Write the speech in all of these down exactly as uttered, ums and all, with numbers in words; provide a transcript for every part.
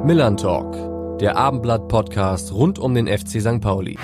Millern Talk, der Abendblatt-Podcast rund um den F C Sankt Pauli.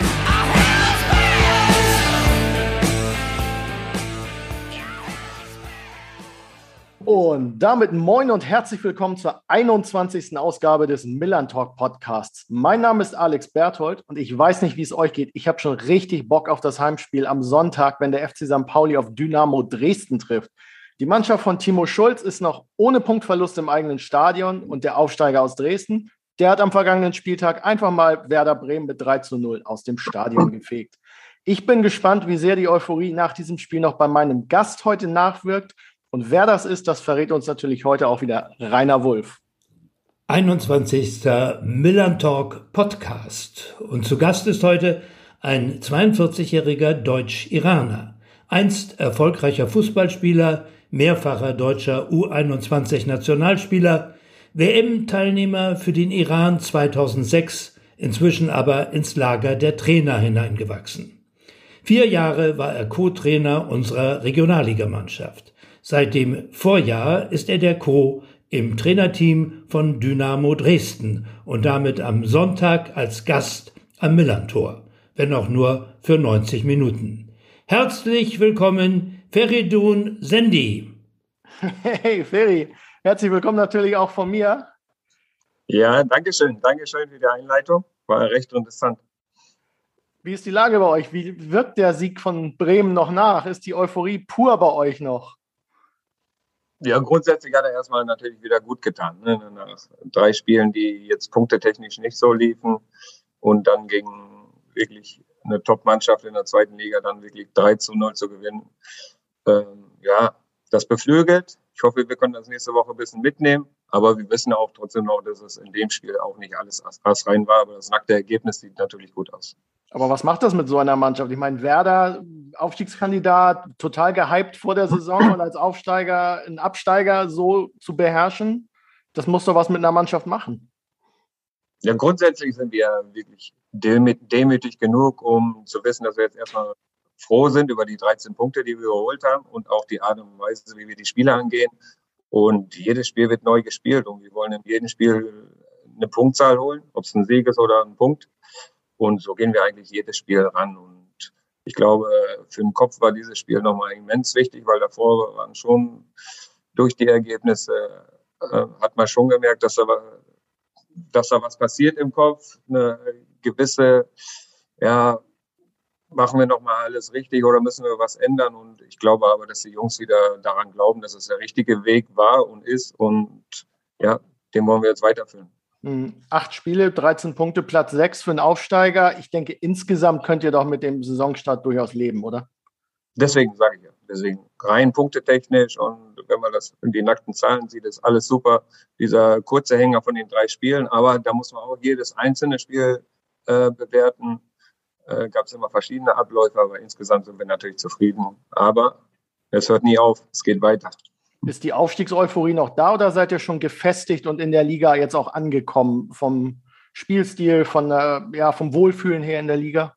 Und damit moin und herzlich willkommen zur einundzwanzigsten Ausgabe des Millern Talk Podcasts. Mein Name ist Alex Berthold und ich weiß nicht, wie es euch geht. Ich habe schon richtig Bock auf das Heimspiel am Sonntag, wenn der F C Sankt Pauli auf Dynamo Dresden trifft. Die Mannschaft von Timo Schulz ist noch ohne Punktverlust im eigenen Stadion und der Aufsteiger aus Dresden, der hat am vergangenen Spieltag einfach mal Werder Bremen mit drei zu null aus dem Stadion gefegt. Ich bin gespannt, wie sehr die Euphorie nach diesem Spiel noch bei meinem Gast heute nachwirkt. Und wer das ist, das verrät uns natürlich heute auch wieder Rainer Wulff. einundzwanzigster Millern Talk Podcast. Und zu Gast ist heute ein zweiundvierzigjähriger Deutsch-Iraner, einst erfolgreicher Fußballspieler, mehrfacher deutscher U einundzwanzig-Nationalspieler, W M-Teilnehmer für den Iran zweitausendsechs, inzwischen aber ins Lager der Trainer hineingewachsen. Vier Jahre war er Co-Trainer unserer Regionalligamannschaft. Seit dem Vorjahr ist er der Co. im Trainerteam von Dynamo Dresden und damit am Sonntag als Gast am Millerntor, wenn auch nur für neunzig Minuten. Herzlich willkommen, Feridun Sendi. Hey Feri, herzlich willkommen natürlich auch von mir. Ja, danke schön. Danke schön für die Einleitung. War recht interessant. Wie ist die Lage bei euch? Wie wirkt der Sieg von Bremen noch nach? Ist die Euphorie pur bei euch noch? Ja, grundsätzlich hat er erstmal natürlich wieder gut getan. Ne? Nach drei Spielen, die jetzt punktetechnisch nicht so liefen und dann gegen wirklich eine Top-Mannschaft in der zweiten Liga dann wirklich drei zu null zu gewinnen. Ähm, ja, das beflügelt. Ich hoffe, wir können das nächste Woche ein bisschen mitnehmen. Aber wir wissen auch trotzdem noch, dass es in dem Spiel auch nicht alles rein war. Aber das nackte Ergebnis sieht natürlich gut aus. Aber was macht das mit so einer Mannschaft? Ich meine, Werder, Aufstiegskandidat, total gehypt vor der Saison und als Aufsteiger, einen Absteiger so zu beherrschen, das muss doch was mit einer Mannschaft machen. Ja, grundsätzlich sind wir wirklich demütig genug, um zu wissen, dass wir jetzt erstmal froh sind über die dreizehn Punkte, die wir geholt haben und auch die Art und Weise, wie wir die Spiele angehen. Und jedes Spiel wird neu gespielt und wir wollen in jedem Spiel eine Punktzahl holen, ob es ein Sieg ist oder ein Punkt. Und so gehen wir eigentlich jedes Spiel ran. Und ich glaube, für den Kopf war dieses Spiel nochmal immens wichtig, weil davor waren schon durch die Ergebnisse, äh, hat man schon gemerkt, dass da, dass da was passiert im Kopf. Eine gewisse, ja, machen wir nochmal alles richtig oder müssen wir was ändern? Und ich glaube aber, dass die Jungs wieder daran glauben, dass es der richtige Weg war und ist. Und ja, den wollen wir jetzt weiterführen. Acht Spiele, dreizehn Punkte, Platz sechs für einen Aufsteiger. Ich denke, insgesamt könnt ihr doch mit dem Saisonstart durchaus leben, oder? Deswegen sage ich ja. Deswegen rein punktetechnisch und wenn man das in die nackten Zahlen sieht, ist alles super. Dieser kurze Hänger von den drei Spielen, aber da muss man auch jedes einzelne Spiel äh, bewerten. Äh, gab es immer verschiedene Abläufe, aber insgesamt sind wir natürlich zufrieden. Aber es hört nie auf, es geht weiter. Ist die Aufstiegseuphorie noch da oder seid ihr schon gefestigt und in der Liga jetzt auch angekommen vom Spielstil, von der, ja, vom Wohlfühlen her in der Liga?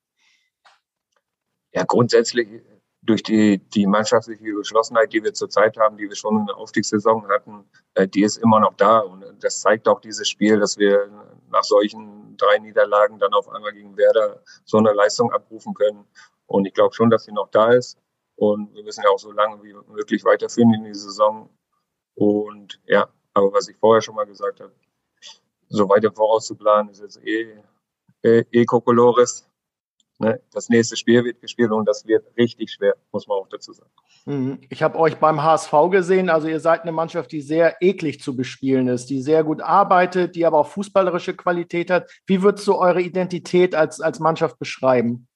Ja, grundsätzlich durch die, die mannschaftliche Geschlossenheit, die wir zurzeit haben, die wir schon in der Aufstiegssaison hatten, äh, die ist immer noch da. Und das zeigt auch dieses Spiel, dass wir nach solchen drei Niederlagen dann auf einmal gegen Werder so eine Leistung abrufen können. Und ich glaube schon, dass sie noch da ist. Und wir müssen ja auch so lange wie möglich weiterführen in die Saison. Und ja, aber was ich vorher schon mal gesagt habe, so weit im Voraus zu planen, ist jetzt eh, eh, eh Kokolores. Ne? Das nächste Spiel wird gespielt und das wird richtig schwer, muss man auch dazu sagen. Ich habe euch beim H S V gesehen, also ihr seid eine Mannschaft, die sehr eklig zu bespielen ist, die sehr gut arbeitet, die aber auch fußballerische Qualität hat. Wie würdest du eure Identität als, als Mannschaft beschreiben?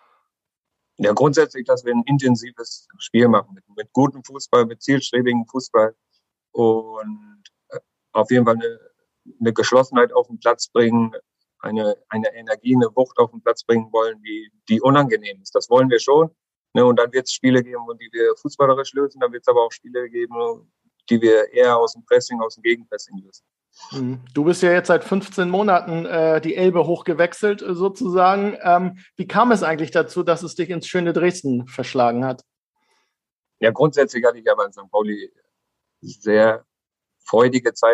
Ja, grundsätzlich, dass wir ein intensives Spiel machen, mit, mit gutem Fußball, mit zielstrebigem Fußball und äh, auf jeden Fall eine, eine Geschlossenheit auf den Platz bringen, eine, eine Energie, eine Wucht auf den Platz bringen wollen, die, die unangenehm ist. Das wollen wir schon. Ne? Und dann wird es Spiele geben, die wir fußballerisch lösen, dann wird es aber auch Spiele geben, die wir eher aus dem Pressing, aus dem Gegenpressing lösen. Du bist ja jetzt seit fünfzehn Monaten äh, die Elbe hochgewechselt äh, sozusagen. Ähm, wie kam es eigentlich dazu, dass es dich ins schöne Dresden verschlagen hat? Ja, grundsätzlich hatte ich ja bei Sankt Pauli sehr freudige Zeit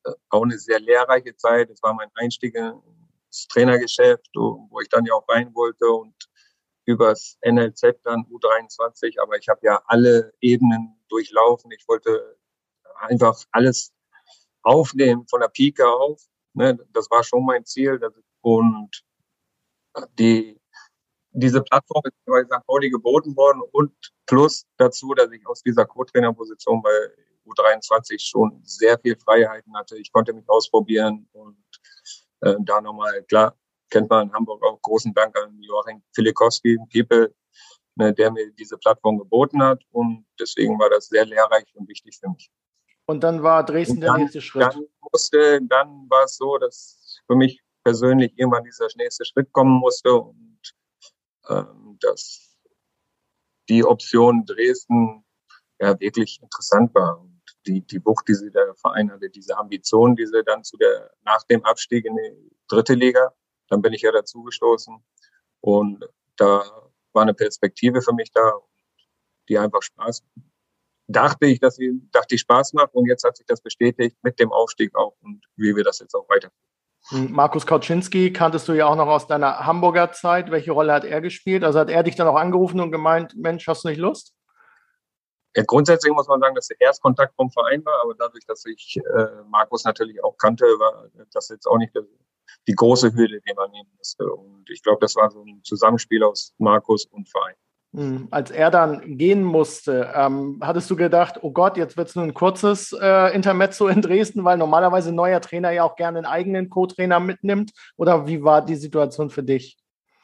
auch eine sehr lehrreiche Zeit. Es war mein Einstieg ins Trainergeschäft, wo ich dann ja auch rein wollte und übers N L Z dann U dreiundzwanzig. Aber ich habe ja alle Ebenen durchlaufen. Ich wollte einfach alles aufnehmen, von der Pike auf. Ne? Das war schon mein Ziel. Und die, diese Plattform ist bei Sankt Pauli geboten worden und plus dazu, dass ich aus dieser Co-Trainer-Position bei U dreiundzwanzig schon sehr viel Freiheiten hatte. Ich konnte mich ausprobieren und äh, da nochmal, klar, kennt man in Hamburg auch, großen Dank an Joachim Filikowski, People, ne, der mir diese Plattform geboten hat und deswegen war das sehr lehrreich und wichtig für mich. Und dann war Dresden dann, der nächste Schritt. Dann musste, dann war es so, dass für mich persönlich irgendwann dieser nächste Schritt kommen musste und ähm, dass die Option Dresden ja wirklich interessant war. Und die, die Wucht, die sie der Verein hatte, diese Ambition, die sie dann zu der, nach dem Abstieg in die dritte Liga, dann bin ich ja dazugestoßen. Und da war eine Perspektive für mich da, die einfach Spaß, dachte ich, dass sie, dachte ich Spaß macht. Und jetzt hat sich das bestätigt mit dem Aufstieg auch und wie wir das jetzt auch weiterführen. Markus Kauczynski kanntest du ja auch noch aus deiner Hamburger Zeit. Welche Rolle hat er gespielt? Also hat er dich dann auch angerufen und gemeint, Mensch, hast du nicht Lust? Ja, grundsätzlich muss man sagen, dass der Erstkontakt vom Verein war, aber dadurch, dass ich äh, Markus natürlich auch kannte, war das jetzt auch nicht die, die große Hürde, die man nehmen musste. Und ich glaube, das war so ein Zusammenspiel aus Markus und Verein. Mhm. Als er dann gehen musste, ähm, hattest du gedacht, oh Gott, jetzt wird es nur ein kurzes äh, Intermezzo in Dresden, weil normalerweise ein neuer Trainer ja auch gerne einen eigenen Co-Trainer mitnimmt? Oder wie war die Situation für dich?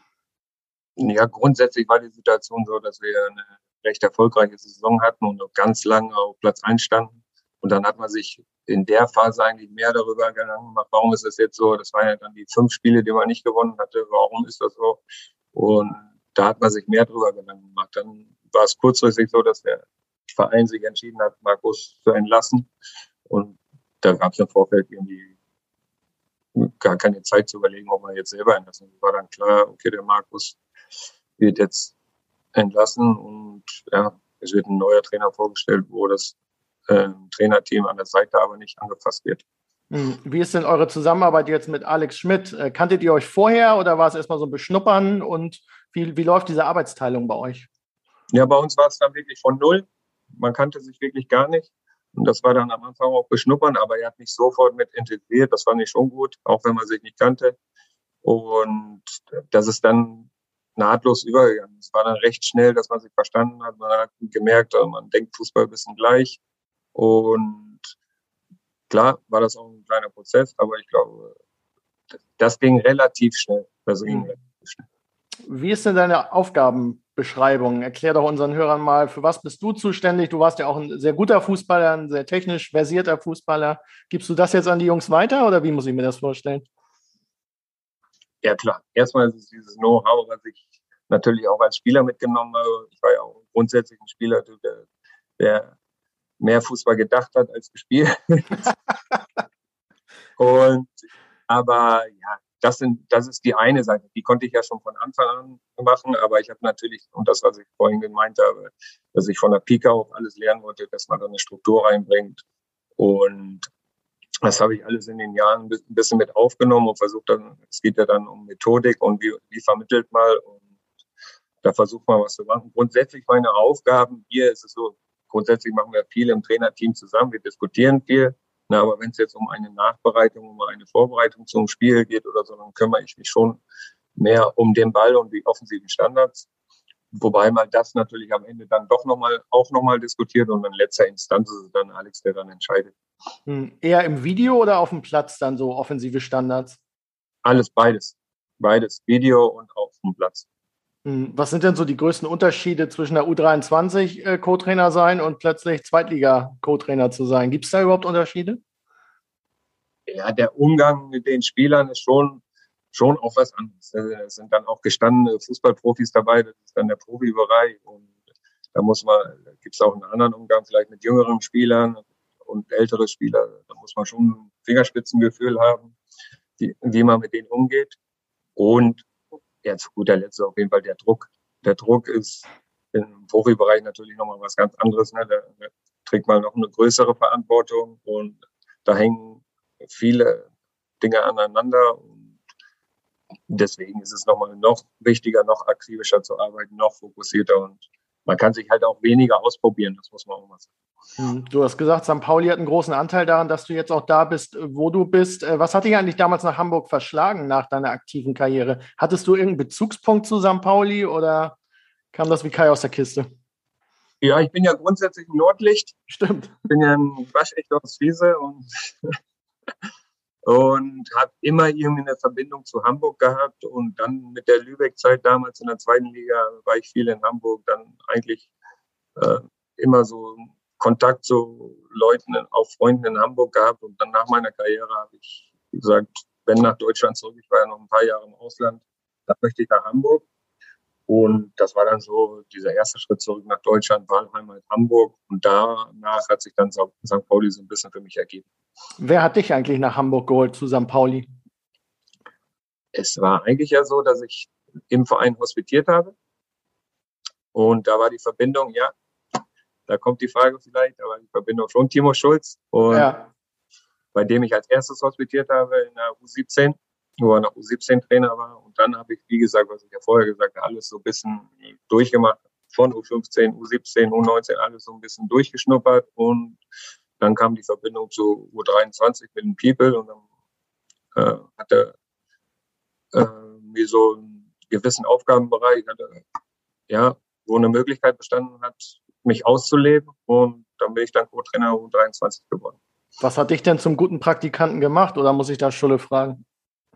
Ja, grundsätzlich war die Situation so, dass wir eine recht erfolgreiche Saison hatten und auch ganz lange auf Platz eins standen. Und dann hat man sich in der Phase eigentlich mehr darüber Gedanken gemacht, warum ist das jetzt so? Das waren ja dann die fünf Spiele, die man nicht gewonnen hatte. Warum ist das so? Und da hat man sich mehr darüber Gedanken gemacht. Dann war es kurzfristig so, dass der Verein sich entschieden hat, Markus zu entlassen. Und da gab es im Vorfeld irgendwie gar keine Zeit zu überlegen, ob man jetzt selber entlassen. Es war dann klar, okay, der Markus wird jetzt entlassen und ja, es wird ein neuer Trainer vorgestellt, wo das äh, Trainerteam an der Seite aber nicht angefasst wird. Wie ist denn eure Zusammenarbeit jetzt mit Alex Schmidt? Kanntet ihr euch vorher oder war es erstmal so ein Beschnuppern und wie, wie läuft diese Arbeitsteilung bei euch? Ja, bei uns war es dann wirklich von null. Man kannte sich wirklich gar nicht. Und das war dann am Anfang auch Beschnuppern, aber er hat mich sofort mit integriert. Das fand ich schon gut, auch wenn man sich nicht kannte. Und das ist dann nahtlos übergegangen. Es war dann recht schnell, dass man sich verstanden hat. Man hat gemerkt, man denkt Fußball ein bisschen gleich. Und klar war das auch ein kleiner Prozess, aber ich glaube, das ging relativ schnell. Das ging mhm. relativ schnell. Wie ist denn deine Aufgabenbeschreibung? Erklär doch unseren Hörern mal, für was bist du zuständig? Du warst ja auch ein sehr guter Fußballer, ein sehr technisch versierter Fußballer. Gibst du das jetzt an die Jungs weiter oder wie muss ich mir das vorstellen? Ja klar, erstmal ist es dieses Know-how, was ich natürlich auch als Spieler mitgenommen habe. Ich war ja auch grundsätzlich ein Spieler, der, der mehr Fußball gedacht hat als gespielt. Und aber ja, das sind, das ist die eine Seite. Die konnte ich ja schon von Anfang an machen, aber ich habe natürlich, und das, was ich vorhin gemeint habe, dass ich von der Pike auf alles lernen wollte, dass man da eine Struktur reinbringt. Und das habe ich alles in den Jahren ein bisschen mit aufgenommen und versucht dann, es geht ja dann um Methodik und wie, wie vermittelt mal und da versucht man was zu machen. Grundsätzlich meine Aufgaben hier ist es so, grundsätzlich machen wir viel im Trainerteam zusammen, wir diskutieren viel, na, aber wenn es jetzt um eine Nachbereitung, um eine Vorbereitung zum Spiel geht oder so, dann kümmere ich mich schon mehr um den Ball und die offensiven Standards. Wobei man das natürlich am Ende dann doch nochmal, auch nochmal diskutiert und in letzter Instanz ist es dann Alex, der dann entscheidet. Hm, eher im Video oder auf dem Platz dann so offensive Standards? Alles, beides. Beides, Video und auf dem Platz. Hm, was sind denn so die größten Unterschiede zwischen der U dreiundzwanzig äh, Co-Trainer sein und plötzlich Zweitliga-Co-Trainer zu sein? Gibt es da überhaupt Unterschiede? Ja, der Umgang mit den Spielern ist schon schon auch was anderes. Es sind dann auch gestandene Fußballprofis dabei, das ist dann der Profibereich und da muss man, da gibt es auch einen anderen Umgang vielleicht mit jüngeren Spielern und ältere Spieler, da muss man schon ein Fingerspitzengefühl haben, wie, wie man mit denen umgeht. Und ja, zu guter Letzt auf jeden Fall der Druck. Der Druck ist im Profibereich natürlich nochmal was ganz anderes. Ne? Da, da trägt man noch eine größere Verantwortung und da hängen viele Dinge aneinander. Und deswegen ist es nochmal noch wichtiger, noch aktivischer zu arbeiten, noch fokussierter. Und man kann sich halt auch weniger ausprobieren, das muss man auch mal sagen. Du hast gesagt, Sankt Pauli hat einen großen Anteil daran, dass du jetzt auch da bist, wo du bist. Was hat dich eigentlich damals nach Hamburg verschlagen, nach deiner aktiven Karriere? Hattest du irgendeinen Bezugspunkt zu Sankt Pauli oder kam das wie Kai aus der Kiste? Ja, ich bin ja grundsätzlich ein Nordlicht. Stimmt. Ich bin ja ein Waschechter aus Wiese und, und habe immer irgendwie eine Verbindung zu Hamburg gehabt. Und dann mit der Lübeck-Zeit damals in der zweiten Liga war ich viel in Hamburg, dann eigentlich äh, immer so Kontakt zu Leuten, auch Freunden in Hamburg gehabt. Und dann nach meiner Karriere habe ich gesagt, wenn nach Deutschland zurück, ich war ja noch ein paar Jahre im Ausland, dann möchte ich nach Hamburg. Und das war dann so dieser erste Schritt zurück nach Deutschland, Wahlheimat Hamburg. Und danach hat sich dann Sankt Pauli so ein bisschen für mich ergeben. Wer hat dich eigentlich nach Hamburg geholt zu Sankt Pauli? Es war eigentlich ja so, dass ich im Verein hospitiert habe. Und da war die Verbindung, ja, da kommt die Frage vielleicht, da war die Verbindung schon Timo Schulz. Und ja. Bei dem ich als erstes hospitiert habe in der U siebzehn. Wo er noch U siebzehn Trainer war. Und dann habe ich, wie gesagt, was ich ja vorher gesagt habe, alles so ein bisschen durchgemacht. Von U fünfzehn, U siebzehn, U neunzehn, alles so ein bisschen durchgeschnuppert. Und dann kam die Verbindung zu U dreiundzwanzig mit dem People. Und dann äh, hat er äh, mir so einen gewissen Aufgabenbereich, hatte, ja, wo eine Möglichkeit bestanden hat, mich auszuleben. Und dann bin ich dann Co-Trainer U dreiundzwanzig geworden. Was hat dich denn zum guten Praktikanten gemacht? Oder muss ich da Schulle fragen?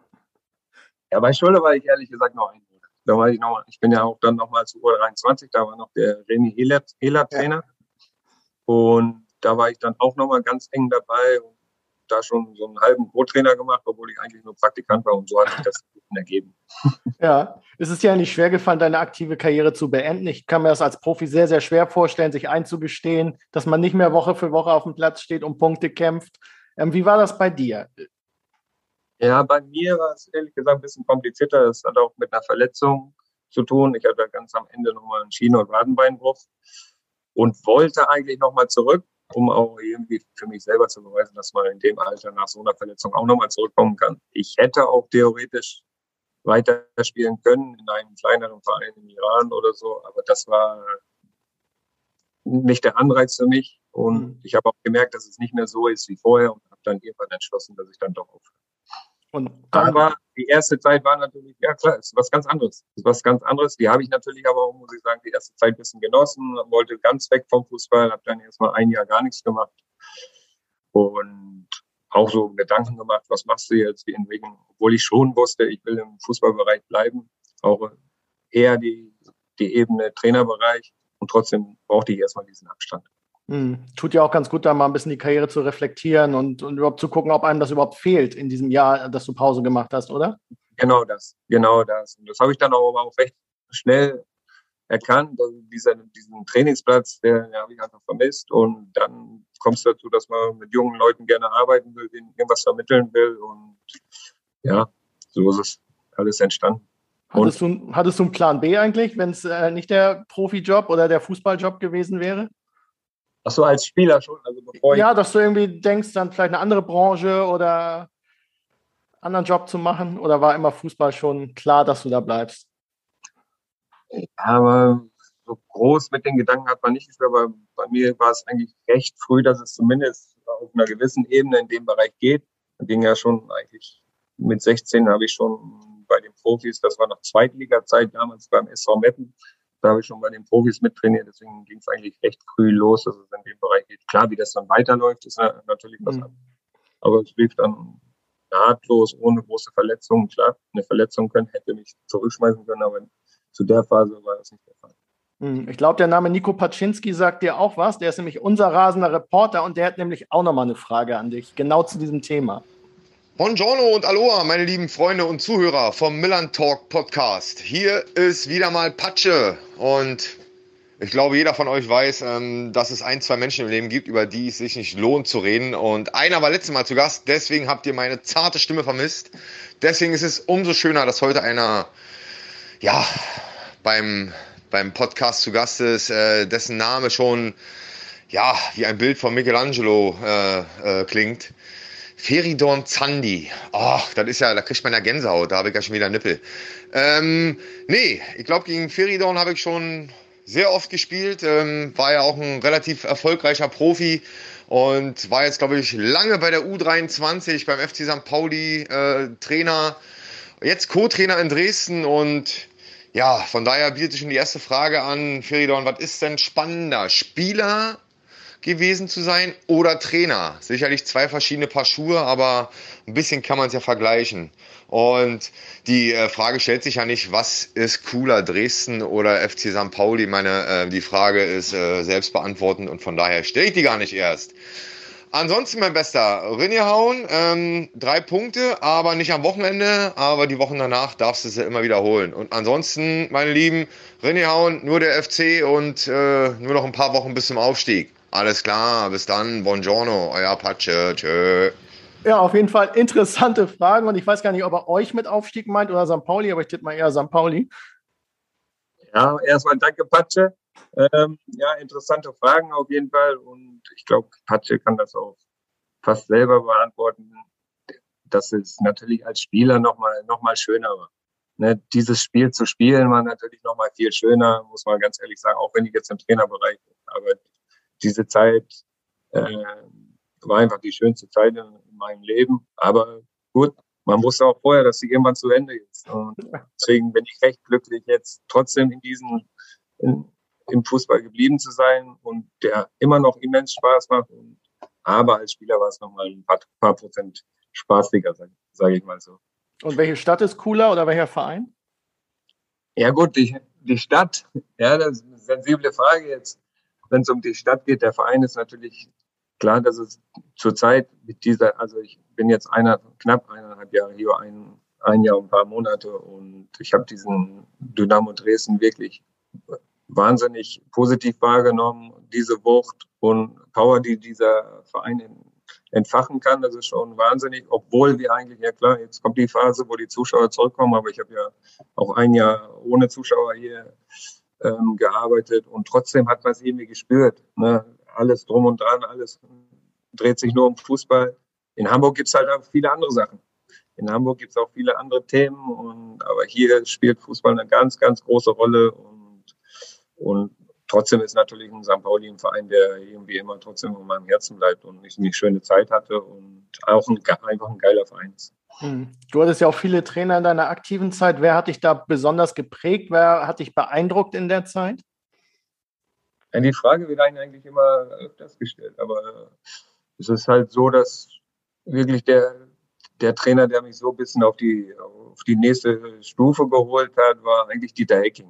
Ja, bei Schulle war ich ehrlich gesagt noch ein Monat. Da war ich noch, ich bin ja auch dann nochmal zu U dreiundzwanzig, da war noch der René Ehler Trainer. Ja. Und da war ich dann auch nochmal ganz eng dabei und da schon so einen halben Co-Trainer gemacht, obwohl ich eigentlich nur Praktikant war und so hat sich das ergeben. Ja, es ist ja nicht schwer gefallen, deine aktive Karriere zu beenden. Ich kann mir das als Profi sehr, sehr schwer vorstellen, sich einzugestehen, dass man nicht mehr Woche für Woche auf dem Platz steht und Punkte kämpft. Ähm, wie war das bei dir? Ja, bei mir war es ehrlich gesagt ein bisschen komplizierter. Das hat auch mit einer Verletzung zu tun. Ich hatte ganz am Ende nochmal einen Schienen- und Wadenbeinbruch und wollte eigentlich nochmal zurück, um auch irgendwie für mich selber zu beweisen, dass man in dem Alter nach so einer Verletzung auch nochmal zurückkommen kann. Ich hätte auch theoretisch weiterspielen können in einem kleineren Verein im Iran oder so, aber das war nicht der Anreiz für mich. Und ich habe auch gemerkt, dass es nicht mehr so ist wie vorher und habe dann irgendwann entschlossen, dass ich dann doch aufhöre. Und dann, aber die erste Zeit war natürlich, ja klar, es ist was ganz anderes. Es ist was ganz anderes. Die habe ich natürlich aber auch, muss ich sagen, die erste Zeit ein bisschen genossen, wollte ganz weg vom Fußball, habe dann erstmal ein Jahr gar nichts gemacht. Und auch so Gedanken gemacht, was machst du jetzt, wie entwickeln, obwohl ich schon wusste, ich will im Fußballbereich bleiben, auch eher die, die Ebene Trainerbereich. Und trotzdem brauchte ich erstmal diesen Abstand. Hm. Tut ja auch ganz gut, da mal ein bisschen die Karriere zu reflektieren und, und überhaupt zu gucken, ob einem das überhaupt fehlt in diesem Jahr, dass du Pause gemacht hast, oder? Genau das, genau das. Und das habe ich dann auch, auch recht schnell erkannt. Also dieser, diesen Trainingsplatz, den habe ich einfach vermisst. Und dann kommt es dazu, dass man mit jungen Leuten gerne arbeiten will, denen irgendwas vermitteln will. Und ja, so ist es alles entstanden. Hattest, du, hattest du einen Plan B eigentlich, wenn es äh, nicht der Profijob oder der Fußballjob gewesen wäre? Ach so, als Spieler schon? Also bevor ja, dass du irgendwie denkst, dann vielleicht eine andere Branche oder einen anderen Job zu machen? Oder war immer Fußball schon klar, dass du da bleibst? Ja, aber so groß mit den Gedanken hat man nicht gespielt, aber bei mir war es eigentlich recht früh, dass es zumindest auf einer gewissen Ebene in dem Bereich geht. Da ging ja schon eigentlich mit sechzehn habe ich schon bei den Profis, das war noch Zweitliga-Zeit damals beim S V Meppen, da habe ich schon bei den Profis mittrainiert, deswegen ging es eigentlich recht früh los, dass es in dem Bereich geht. Klar, wie das dann weiterläuft, ist natürlich was anderes. Aber es lief dann nahtlos, ohne große Verletzungen. Klar, eine Verletzung können, hätte mich zurückschmeißen können, aber zu der Phase war das nicht der Fall. Ich glaube, der Name Nico Paczynski sagt dir auch was. Der ist nämlich unser rasender Reporter und der hat nämlich auch nochmal eine Frage an dich, genau zu diesem Thema. Buongiorno und Aloha, meine lieben Freunde und Zuhörer vom Millern Talk Podcast. Hier ist wieder mal Patsche und ich glaube, jeder von euch weiß, dass es ein, zwei Menschen im Leben gibt, über die es sich nicht lohnt zu reden. Und einer war letztes Mal zu Gast, deswegen habt ihr meine zarte Stimme vermisst. Deswegen ist es umso schöner, dass heute einer, ja, beim, beim Podcast zu Gast ist, dessen Name schon, ja, wie ein Bild von Michelangelo äh, äh, klingt. Feridun Zandi. Ach, das ist ja, da kriegt man ja Gänsehaut, da habe ich ja schon wieder Nippel. Ähm, nee, ich glaube, gegen Feridun habe ich schon sehr oft gespielt. Ähm, war ja auch ein relativ erfolgreicher Profi und war jetzt, glaube ich, lange bei der U dreiundzwanzig beim F C Sankt Pauli äh, Trainer, jetzt Co-Trainer in Dresden und ja, von daher bietet sich schon die erste Frage an, Feridun, was ist denn spannender? Spieler gewesen zu sein oder Trainer? Sicherlich zwei verschiedene Paar Schuhe, aber ein bisschen kann man es ja vergleichen. Und die äh, Frage stellt sich ja nicht, was ist cooler, Dresden oder F C Sankt Pauli? Ich meine, äh, die Frage ist äh, selbst beantwortend und von daher stelle ich die gar nicht erst. Ansonsten, mein Bester, Rinnehauen, ähm, drei Punkte, aber nicht am Wochenende, aber die Wochen danach darfst du es ja immer wiederholen. Und ansonsten, meine Lieben, Rinnehauen, nur der F C und äh, nur noch ein paar Wochen bis zum Aufstieg. Alles klar, bis dann, buongiorno, euer Patsche, tschö. Ja, auf jeden Fall interessante Fragen und ich weiß gar nicht, ob er euch mit Aufstieg meint oder Sankt Pauli, aber ich tippe mal eher Sankt Pauli. Ja, erstmal danke, Patsche. Ähm, ja, interessante Fragen auf jeden Fall und ich glaube, Patsche kann das auch fast selber beantworten, dass es natürlich als Spieler nochmal noch mal schöner war. Ne, dieses Spiel zu spielen war natürlich nochmal viel schöner, muss man ganz ehrlich sagen, auch wenn ich jetzt im Trainerbereich bin. Aber diese Zeit äh, war einfach die schönste Zeit in, in meinem Leben. Aber gut, man wusste auch vorher, dass sie irgendwann zu Ende ist. Und deswegen bin ich recht glücklich, jetzt trotzdem in diesen in, im Fußball geblieben zu sein und der immer noch immens Spaß macht. Und, aber als Spieler war es nochmal ein paar, paar Prozent spaßiger, sage sag ich mal so. Und welche Stadt ist cooler oder welcher Verein? Ja gut, die, die Stadt, ja, das ist eine sensible Frage jetzt. Wenn es um die Stadt geht, der Verein ist natürlich klar, dass es zurzeit mit dieser, also ich bin jetzt einer, knapp eineinhalb Jahre hier, ein, ein Jahr und ein paar Monate und ich habe diesen Dynamo Dresden wirklich wahnsinnig positiv wahrgenommen. Diese Wucht und Power, die dieser Verein entfachen kann, das ist schon wahnsinnig, obwohl wir eigentlich, ja klar, jetzt kommt die Phase, wo die Zuschauer zurückkommen, aber ich habe ja auch ein Jahr ohne Zuschauer hier ähm, gearbeitet und trotzdem hat man es irgendwie gespürt. Ne? Alles drum und dran, alles dreht sich nur um Fußball. In Hamburg gibt es halt auch viele andere Sachen. In Hamburg gibt es auch viele andere Themen, und, aber hier spielt Fußball eine ganz, ganz große Rolle und, und trotzdem ist natürlich ein Sankt Pauli ein Verein, der irgendwie immer trotzdem in meinem Herzen bleibt und ich eine schöne Zeit hatte und auch ein, einfach ein geiler Verein ist. Du hattest ja auch viele Trainer in deiner aktiven Zeit. Wer hat dich da besonders geprägt? Wer hat dich beeindruckt in der Zeit? Ja, die Frage wird eigentlich immer öfters gestellt, aber es ist halt so, dass wirklich der, der Trainer, der mich so ein bisschen auf die, auf die nächste Stufe geholt hat, war eigentlich Dieter Hecking.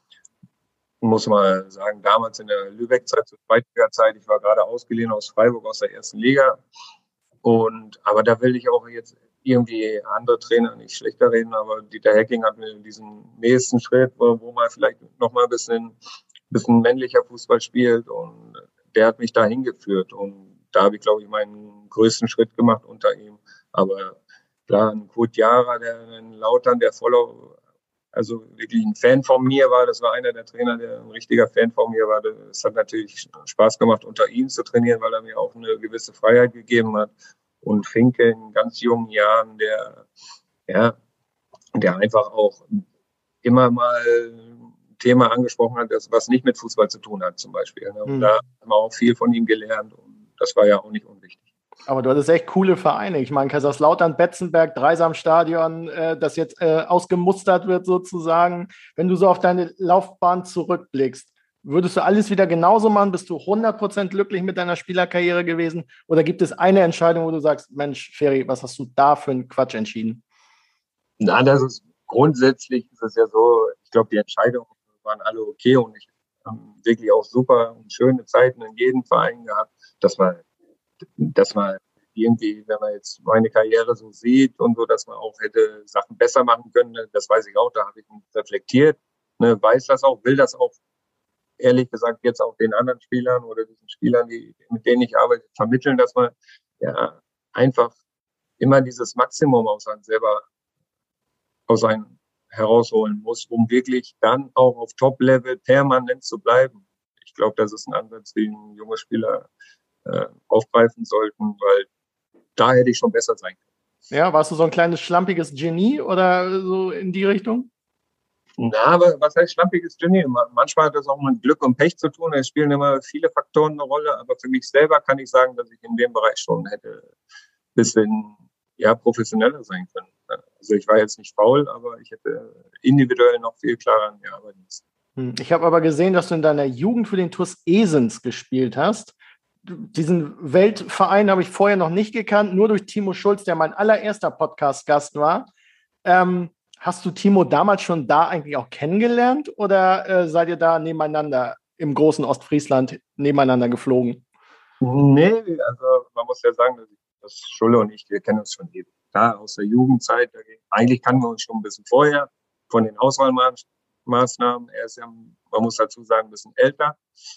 Muss man sagen, damals in der Lübeck-Zeit, zur Zweitliga-Zeit, ich war gerade ausgeliehen aus Freiburg, aus der ersten Liga. Und, aber da will ich auch jetzt irgendwie andere Trainer nicht schlechter reden, aber Dieter Hecking hat mir diesen nächsten Schritt, wo, wo man vielleicht nochmal ein bisschen, bisschen männlicher Fußball spielt, und der hat mich da hingeführt. Und da habe ich, glaube ich, meinen größten Schritt gemacht unter ihm. Aber klar, ein Kurt Jara, der in Lautern, der voller, also wirklich ein Fan von mir war, das war einer der Trainer, der ein richtiger Fan von mir war. Es hat natürlich Spaß gemacht, unter ihm zu trainieren, weil er mir auch eine gewisse Freiheit gegeben hat. Und Finke in ganz jungen Jahren, der, ja, der einfach auch immer mal ein Thema angesprochen hat, das was nicht mit Fußball zu tun hat, zum Beispiel. Und mhm. da haben wir auch viel von ihm gelernt, und das war ja auch nicht unwichtig. Aber du hattest echt coole Vereine. Ich meine, Kaiserslautern, Betzenberg, Dreisamstadion, äh, das jetzt äh, ausgemustert wird sozusagen. Wenn du so auf deine Laufbahn zurückblickst, würdest du alles wieder genauso machen? Bist du hundert Prozent glücklich mit deiner Spielerkarriere gewesen? Oder gibt es eine Entscheidung, wo du sagst, Mensch, Feri, was hast du da für einen Quatsch entschieden? Na, das ist grundsätzlich ist es ja so, ich glaube, die Entscheidungen waren alle okay, und ich habe wirklich auch super und schöne Zeiten in jedem Verein gehabt, dass man, dass man irgendwie, wenn man jetzt meine Karriere so sieht und so, dass man auch hätte Sachen besser machen können, das weiß ich auch, da habe ich reflektiert, ne, weiß das auch, will das auch, ehrlich gesagt, jetzt auch den anderen Spielern oder diesen Spielern, die, mit denen ich arbeite, vermitteln, dass man ja einfach immer dieses Maximum aus einem selber aus einem herausholen muss, um wirklich dann auch auf Top-Level permanent zu bleiben. Ich glaube, das ist ein Ansatz, den junge Spieler äh, aufgreifen sollten, weil da hätte ich schon besser sein können. Ja, warst du so ein kleines schlampiges Genie oder so in die Richtung? Na, aber was heißt schlampiges Genie? Manchmal hat das auch mit Glück und Pech zu tun. Es spielen immer viele Faktoren eine Rolle, aber für mich selber kann ich sagen, dass ich in dem Bereich schon hätte ein bisschen ja, professioneller sein können. Also ich war jetzt nicht faul, aber ich hätte individuell noch viel klarer an mir arbeiten müssen. Ich habe aber gesehen, dass du in deiner Jugend für den T U S Esens gespielt hast. Diesen Weltverein habe ich vorher noch nicht gekannt, nur durch Timo Schulz, der mein allererster Podcast-Gast war. Ähm, hast du Timo damals schon da eigentlich auch kennengelernt oder äh, seid ihr da nebeneinander im großen Ostfriesland nebeneinander geflogen? Nee, also man muss ja sagen, dass ich, das Schulle und ich, wir kennen uns schon ewig. Da aus der Jugendzeit, eigentlich kannten wir uns schon ein bisschen vorher von den Auswahlmaßnahmen. Er ist ja, man muss dazu sagen, ein bisschen älter.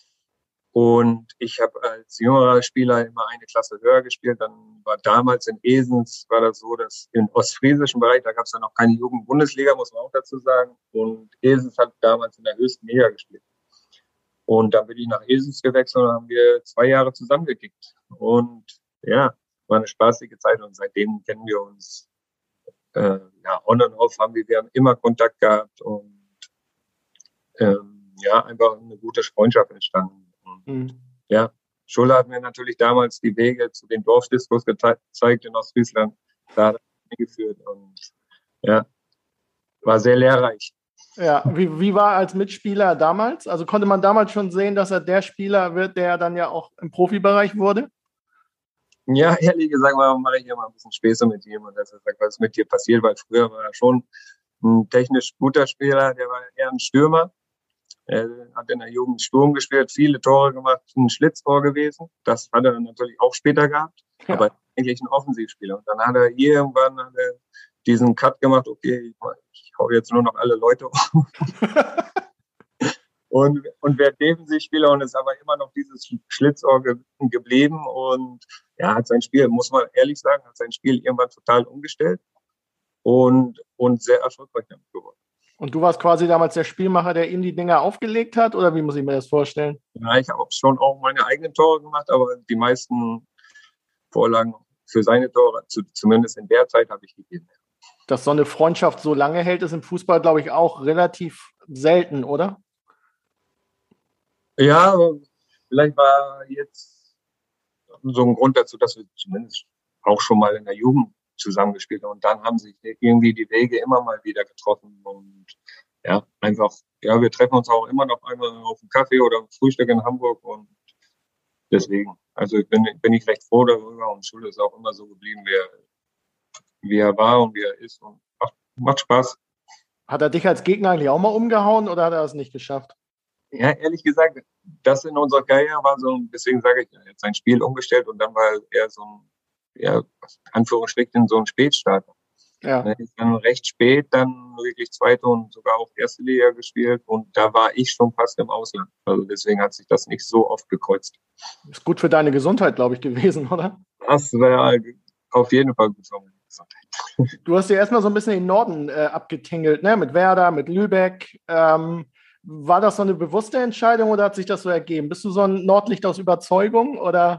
Und ich habe als jüngerer Spieler immer eine Klasse höher gespielt. Dann war damals in Esens, war das so, dass im ostfriesischen Bereich, da gab es ja noch keine Jugendbundesliga, muss man auch dazu sagen. Und Esens hat damals in der höchsten Liga gespielt. Und dann bin ich nach Esens gewechselt und haben wir zwei Jahre zusammengekickt. Und ja, war eine spaßige Zeit und seitdem kennen wir uns. Äh, ja, on und off haben wir, wir haben immer Kontakt gehabt und ähm, ja, einfach eine gute Freundschaft entstanden. Mhm. Ja, Schulle hat mir natürlich damals die Wege zu den Dorfdiskos gezeigt in Ostfriesland. Da hat er mich geführt und ja, war sehr lehrreich. Ja, wie, wie war er als Mitspieler damals? Also konnte man damals schon sehen, dass er der Spieler wird, der dann ja auch im Profibereich wurde? Ja, ehrlich gesagt, mache ich immer ein bisschen Späße mit ihm und dass er sagt, was ist mit dir passiert, weil früher war er schon ein technisch guter Spieler, der war eher ein Stürmer. Er hat in der Jugend Sturm gespielt, viele Tore gemacht, ein Schlitzohr gewesen. Das hat er natürlich auch später gehabt, ja. Aber eigentlich ein Offensivspieler. Und dann hat er irgendwann hat er diesen Cut gemacht, okay, ich, ich hau jetzt nur noch alle Leute um. und, und werde Defensivspieler und ist aber immer noch dieses Schlitzohr ge- geblieben. Und ja, hat sein Spiel, muss man ehrlich sagen, hat sein Spiel irgendwann total umgestellt und, und sehr erfolgreich damit geworden. Und du warst quasi damals der Spielmacher, der ihm die Dinger aufgelegt hat? Oder wie muss ich mir das vorstellen? Ja, ich habe schon auch meine eigenen Tore gemacht, aber die meisten Vorlagen für seine Tore, zu, zumindest in der Zeit, habe ich gegeben. Dass so eine Freundschaft so lange hält, ist im Fußball, glaube ich, auch relativ selten, oder? Ja, vielleicht war jetzt so ein Grund dazu, dass wir zumindest auch schon mal in der Jugend zusammengespielt haben. Und dann haben sich irgendwie die Wege immer mal wieder getroffen. Und ja, einfach, ja, wir treffen uns auch immer noch einmal auf einen Kaffee oder ein Frühstück in Hamburg. Und deswegen, also ich bin, bin ich recht froh darüber. Und Schulle ist auch immer so geblieben, wie er, wie er war und wie er ist. Und ach, macht Spaß. Hat er dich als Gegner eigentlich auch mal umgehauen oder hat er das nicht geschafft? Ja, ehrlich gesagt, das in unserer Karriere war so, deswegen sage ich, er hat sein Spiel umgestellt und dann war er so ein, ja, Anführungsstrichen so ein Spätstarter. Ja. Er ist dann recht spät dann wirklich zweite und sogar auch erste Liga gespielt und da war ich schon fast im Ausland. Also deswegen hat sich das nicht so oft gekreuzt. Ist gut für deine Gesundheit, glaube ich, gewesen, oder? Das wäre auf jeden Fall gut für meine Gesundheit. Du hast ja erstmal so ein bisschen den Norden äh, abgetingelt, ne? Mit Werder, mit Lübeck. Ähm, war das so eine bewusste Entscheidung oder hat sich das so ergeben? Bist du so ein Nordlicht aus Überzeugung oder?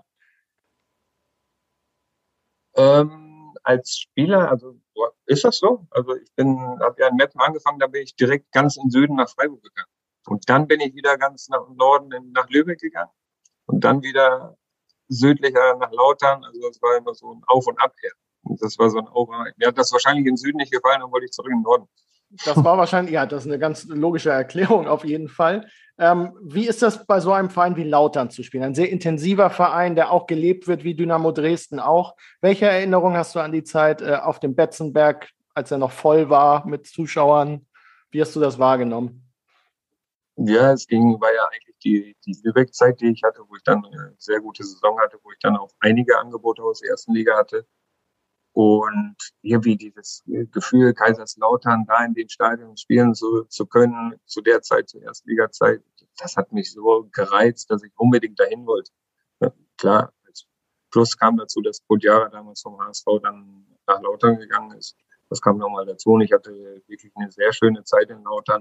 Ähm, als Spieler, also ist das so? Also ich bin, habe ja in Meppen angefangen, da bin ich direkt ganz im Süden nach Freiburg gegangen. Und dann bin ich wieder ganz nach Norden in, nach Lübeck gegangen. Und dann wieder südlicher nach Lautern. Also das war immer so ein Auf und Ab her. Und das war so ein Auf und Ab. Mir hat das wahrscheinlich im Süden nicht gefallen, dann wollte ich zurück im Norden. Das war wahrscheinlich, ja, das ist eine ganz logische Erklärung auf jeden Fall. Ähm, wie ist das bei so einem Verein wie Lautern zu spielen? Ein sehr intensiver Verein, der auch gelebt wird, wie Dynamo Dresden auch. Welche Erinnerung hast du an die Zeit äh, auf dem Betzenberg, als er noch voll war mit Zuschauern? Wie hast du das wahrgenommen? Ja, es ging, war ja eigentlich die, die Lübeck-Zeit, die ich hatte, wo ich dann eine sehr gute Saison hatte, wo ich dann auch einige Angebote aus der ersten Liga hatte. Und irgendwie dieses Gefühl, Kaiserslautern da in dem Stadion spielen zu, zu können, zu der Zeit, zur Erstliga-Zeit, das hat mich so gereizt, dass ich unbedingt dahin wollte. Ja, klar, als Plus kam dazu, dass Podjara damals vom H S V dann nach Lautern gegangen ist. Das kam nochmal dazu und ich hatte wirklich eine sehr schöne Zeit in Lautern.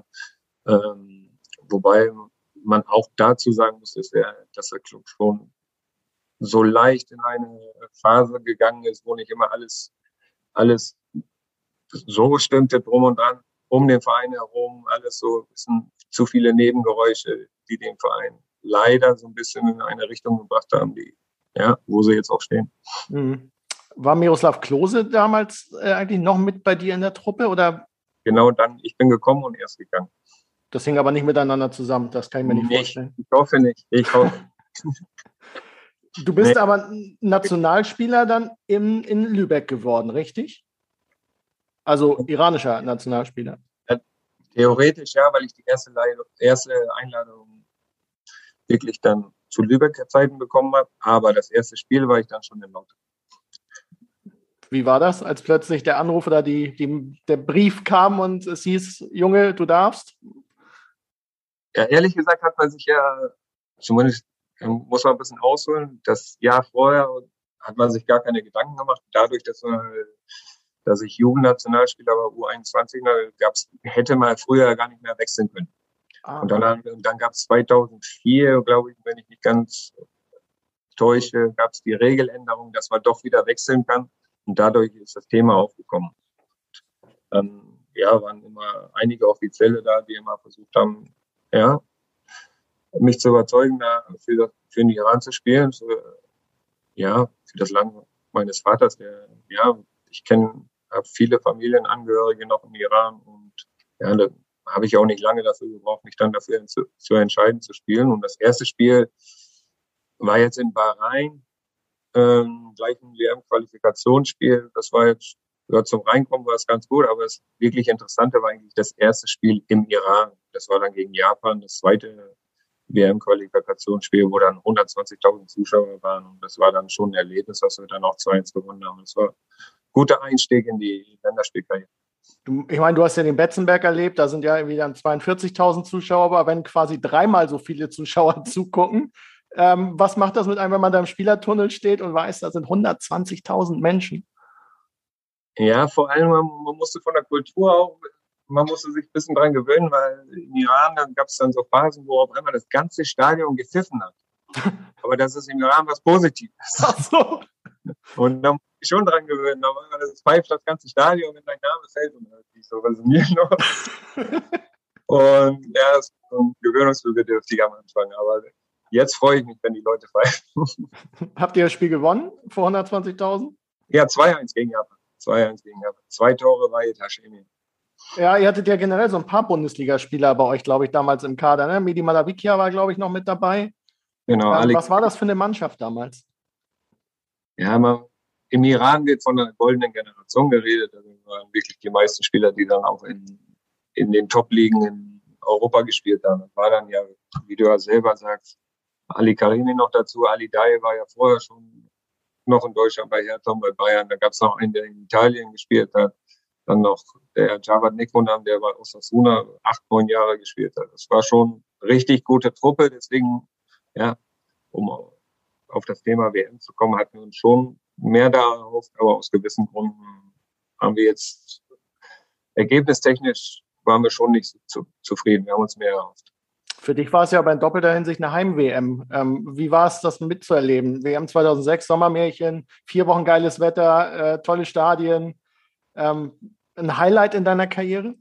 Ähm, wobei man auch dazu sagen muss, dass der, dass der Club schon so leicht in eine Phase gegangen ist, wo nicht immer alles, alles so stimmte drum und dran, um den Verein herum, alles so ein bisschen zu viele Nebengeräusche, die den Verein leider so ein bisschen in eine Richtung gebracht haben, die, ja, wo sie jetzt auch stehen. Mhm. War Miroslav Klose damals äh, eigentlich noch mit bei dir in der Truppe oder? Genau dann, ich bin gekommen und erst gegangen. Das hing aber nicht miteinander zusammen, das kann ich mir nicht, nicht vorstellen. Ich hoffe nicht, ich hoffe. Du bist Nee. aber Nationalspieler dann in, in Lübeck geworden, richtig? Also iranischer Nationalspieler. Ja, theoretisch ja, weil ich die erste, Leid- erste Einladung wirklich dann zu Lübecker Zeiten bekommen habe. Aber das erste Spiel war ich dann schon in London. Wie war das, als plötzlich der Anruf oder die, die, der Brief kam und es hieß, Junge, du darfst? Ja, ehrlich gesagt hat man sich ja, zumindest muss man ein bisschen ausholen, das Jahr vorher hat man sich gar keine Gedanken gemacht. Dadurch, dass, man, dass ich Jugendnationalspieler war, U einundzwanzig, gab's, hätte man früher gar nicht mehr wechseln können. Ah. Und dann, dann gab es zweitausendvier, glaube ich, wenn ich nicht ganz täusche, gab es die Regeländerung, dass man doch wieder wechseln kann. Und dadurch ist das Thema aufgekommen. Dann ja, waren immer einige Offizielle da, die immer versucht haben, ja, mich zu überzeugen, da für, für den Iran zu spielen, für, ja, für das Land meines Vaters. Der, ja, ich kenne viele Familienangehörige noch im Iran und ja, da habe ich auch nicht lange dafür gebraucht, mich dann dafür zu, zu entscheiden, zu spielen. Und das erste Spiel war jetzt in Bahrain, ähm, gleich ein W M-Qualifikationsspiel. Das war jetzt, ja, zum Reinkommen war es ganz gut, aber das wirklich Interessante war eigentlich das erste Spiel im Iran. Das war dann gegen Japan, das zweite W M-Qualifikationsspiel, wo dann hundertzwanzigtausend Zuschauer waren. Und das war dann schon ein Erlebnis, was wir dann auch zwei eins gewonnen haben. Das war ein guter Einstieg in die Länderspielkarriere. Du, ich meine, du hast ja den Betzenberg erlebt, da sind ja irgendwie dann zweiundvierzigtausend Zuschauer, aber wenn quasi dreimal so viele Zuschauer zugucken, ähm, was macht das mit einem, wenn man da im Spielertunnel steht und weiß, da sind hundertzwanzigtausend Menschen? Ja, vor allem, man, man musste von der Kultur auch, man musste sich ein bisschen dran gewöhnen, weil im Iran, dann gab es dann so Phasen, wo auf einmal das ganze Stadion gepfiffen hat. Aber das ist im Iran was Positives. Ach so. Und da muss ich schon dran gewöhnen. Da war das pfeift das ganze Stadion, wenn dein Name fällt und ich so, was ist denn hier noch? Und ja, es ist so gewöhnungsbedürftig am Anfang. Aber jetzt freue ich mich, wenn die Leute pfeifen. Habt ihr das Spiel gewonnen vor hundertzwanzigtausend? Ja, zwei eins gegen Japan. zwei eins gegen Japan. Zwei Tore war jetzt Hashemi. Ja, ihr hattet ja generell so ein paar Bundesligaspieler bei euch, glaube ich, damals im Kader. Ne? Medi Malavikia war, glaube ich, noch mit dabei. Genau. Ähm, was war das für eine Mannschaft damals? Ja, man, im Iran wird von einer goldenen Generation geredet. Also waren wirklich die meisten Spieler, die dann auch in, in den Top-Ligen in Europa gespielt haben. Das war dann ja, wie du ja selber sagst, Ali Karimi noch dazu. Ali Daei war ja vorher schon noch in Deutschland bei Hertha und bei Bayern. Da gab es noch einen, der in Italien gespielt hat. Dann noch der Javad Nikonam, der bei Osasuna acht, neun Jahre gespielt hat. Das war schon richtig gute Truppe. Deswegen, ja, um auf das Thema W M zu kommen, hatten wir uns schon mehr da erhofft. Aber aus gewissen Gründen haben wir jetzt, ergebnistechnisch waren wir schon nicht zu, zufrieden. Wir haben uns mehr erhofft. Für dich war es ja aber in doppelter Hinsicht eine Heim-W M. Ähm, wie war es, das mitzuerleben? W M zweitausendsechs, Sommermärchen, vier Wochen geiles Wetter, äh, tolle Stadien. Ähm, ein Highlight in deiner Karriere?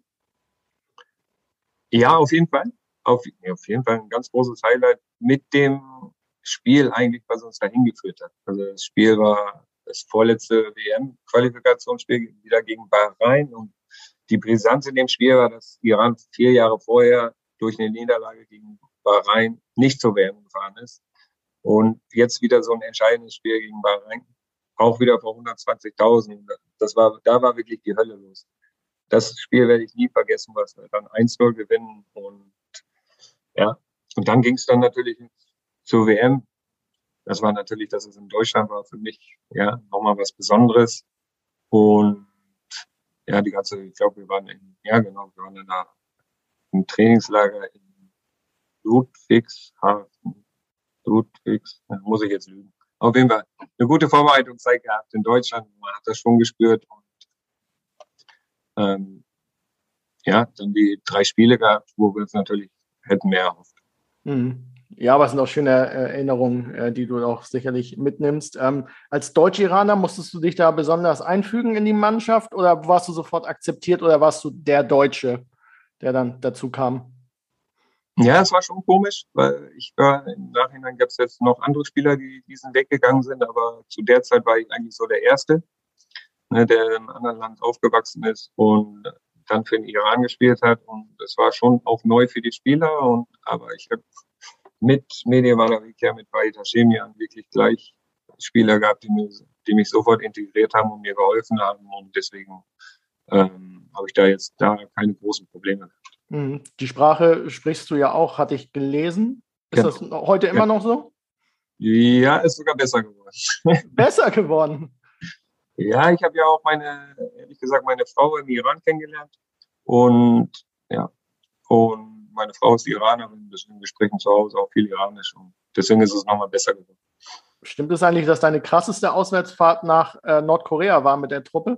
Ja, auf jeden Fall. Auf, auf jeden Fall ein ganz großes Highlight mit dem Spiel eigentlich, was uns dahin geführt hat. Also das Spiel war das vorletzte W M-Qualifikationsspiel wieder gegen Bahrain und die Brisanz in dem Spiel war, dass Iran vier Jahre vorher durch eine Niederlage gegen Bahrain nicht zur W M gefahren ist und jetzt wieder so ein entscheidendes Spiel gegen Bahrain, auch wieder vor hundertzwanzigtausend. Das war, da war wirklich die Hölle los. Das Spiel werde ich nie vergessen, was wir dann eins null gewinnen und ja, und dann ging es dann natürlich zur W M. Das war natürlich, dass es in Deutschland war, für mich ja nochmal was Besonderes. Und ja, die ganze, ich glaube, wir waren in, ja genau, wir waren in einer, im Trainingslager in Ludwigshafen. Ludwigs, muss ich jetzt lügen. Auf jeden Fall eine gute Vorbereitungszeit gehabt in Deutschland. Man hat das schon gespürt. Und ähm, ja, dann die drei Spiele gehabt, wo wir uns natürlich hätten mehr erhofft. Mhm. Ja, aber es sind auch schöne äh, Erinnerungen, äh, die du auch sicherlich mitnimmst. Ähm, als Deutsch-Iraner musstest du dich da besonders einfügen in die Mannschaft oder warst du sofort akzeptiert oder warst du der Deutsche, der dann dazu kam? Ja, es war schon komisch, weil ich war, im Nachhinein gab es jetzt noch andere Spieler, die diesen Weg gegangen sind, aber zu der Zeit war ich eigentlich so der Erste, ne, der im anderen Land aufgewachsen ist und dann für den Iran gespielt hat. Und es war schon auch neu für die Spieler. Und aber ich habe mit Medya Valavikia, mit Vahid Hashemian wirklich gleich Spieler gehabt, die, mir, die mich sofort integriert haben und mir geholfen haben. Und deswegen ähm, habe ich da jetzt da keine großen Probleme gehabt. Die Sprache sprichst du ja auch, hatte ich gelesen. Ist Genau. das heute immer Ja. noch so? Ja, ist sogar besser geworden. Besser geworden? Ja, ich habe ja auch meine, ehrlich gesagt, meine Frau im Iran kennengelernt. Und ja, und meine Frau ist Iranerin, deswegen wir sprechen zu Hause auch viel Iranisch. Und deswegen ist es nochmal besser geworden. Stimmt es eigentlich, dass deine krasseste Auswärtsfahrt nach äh, Nordkorea war mit der Truppe?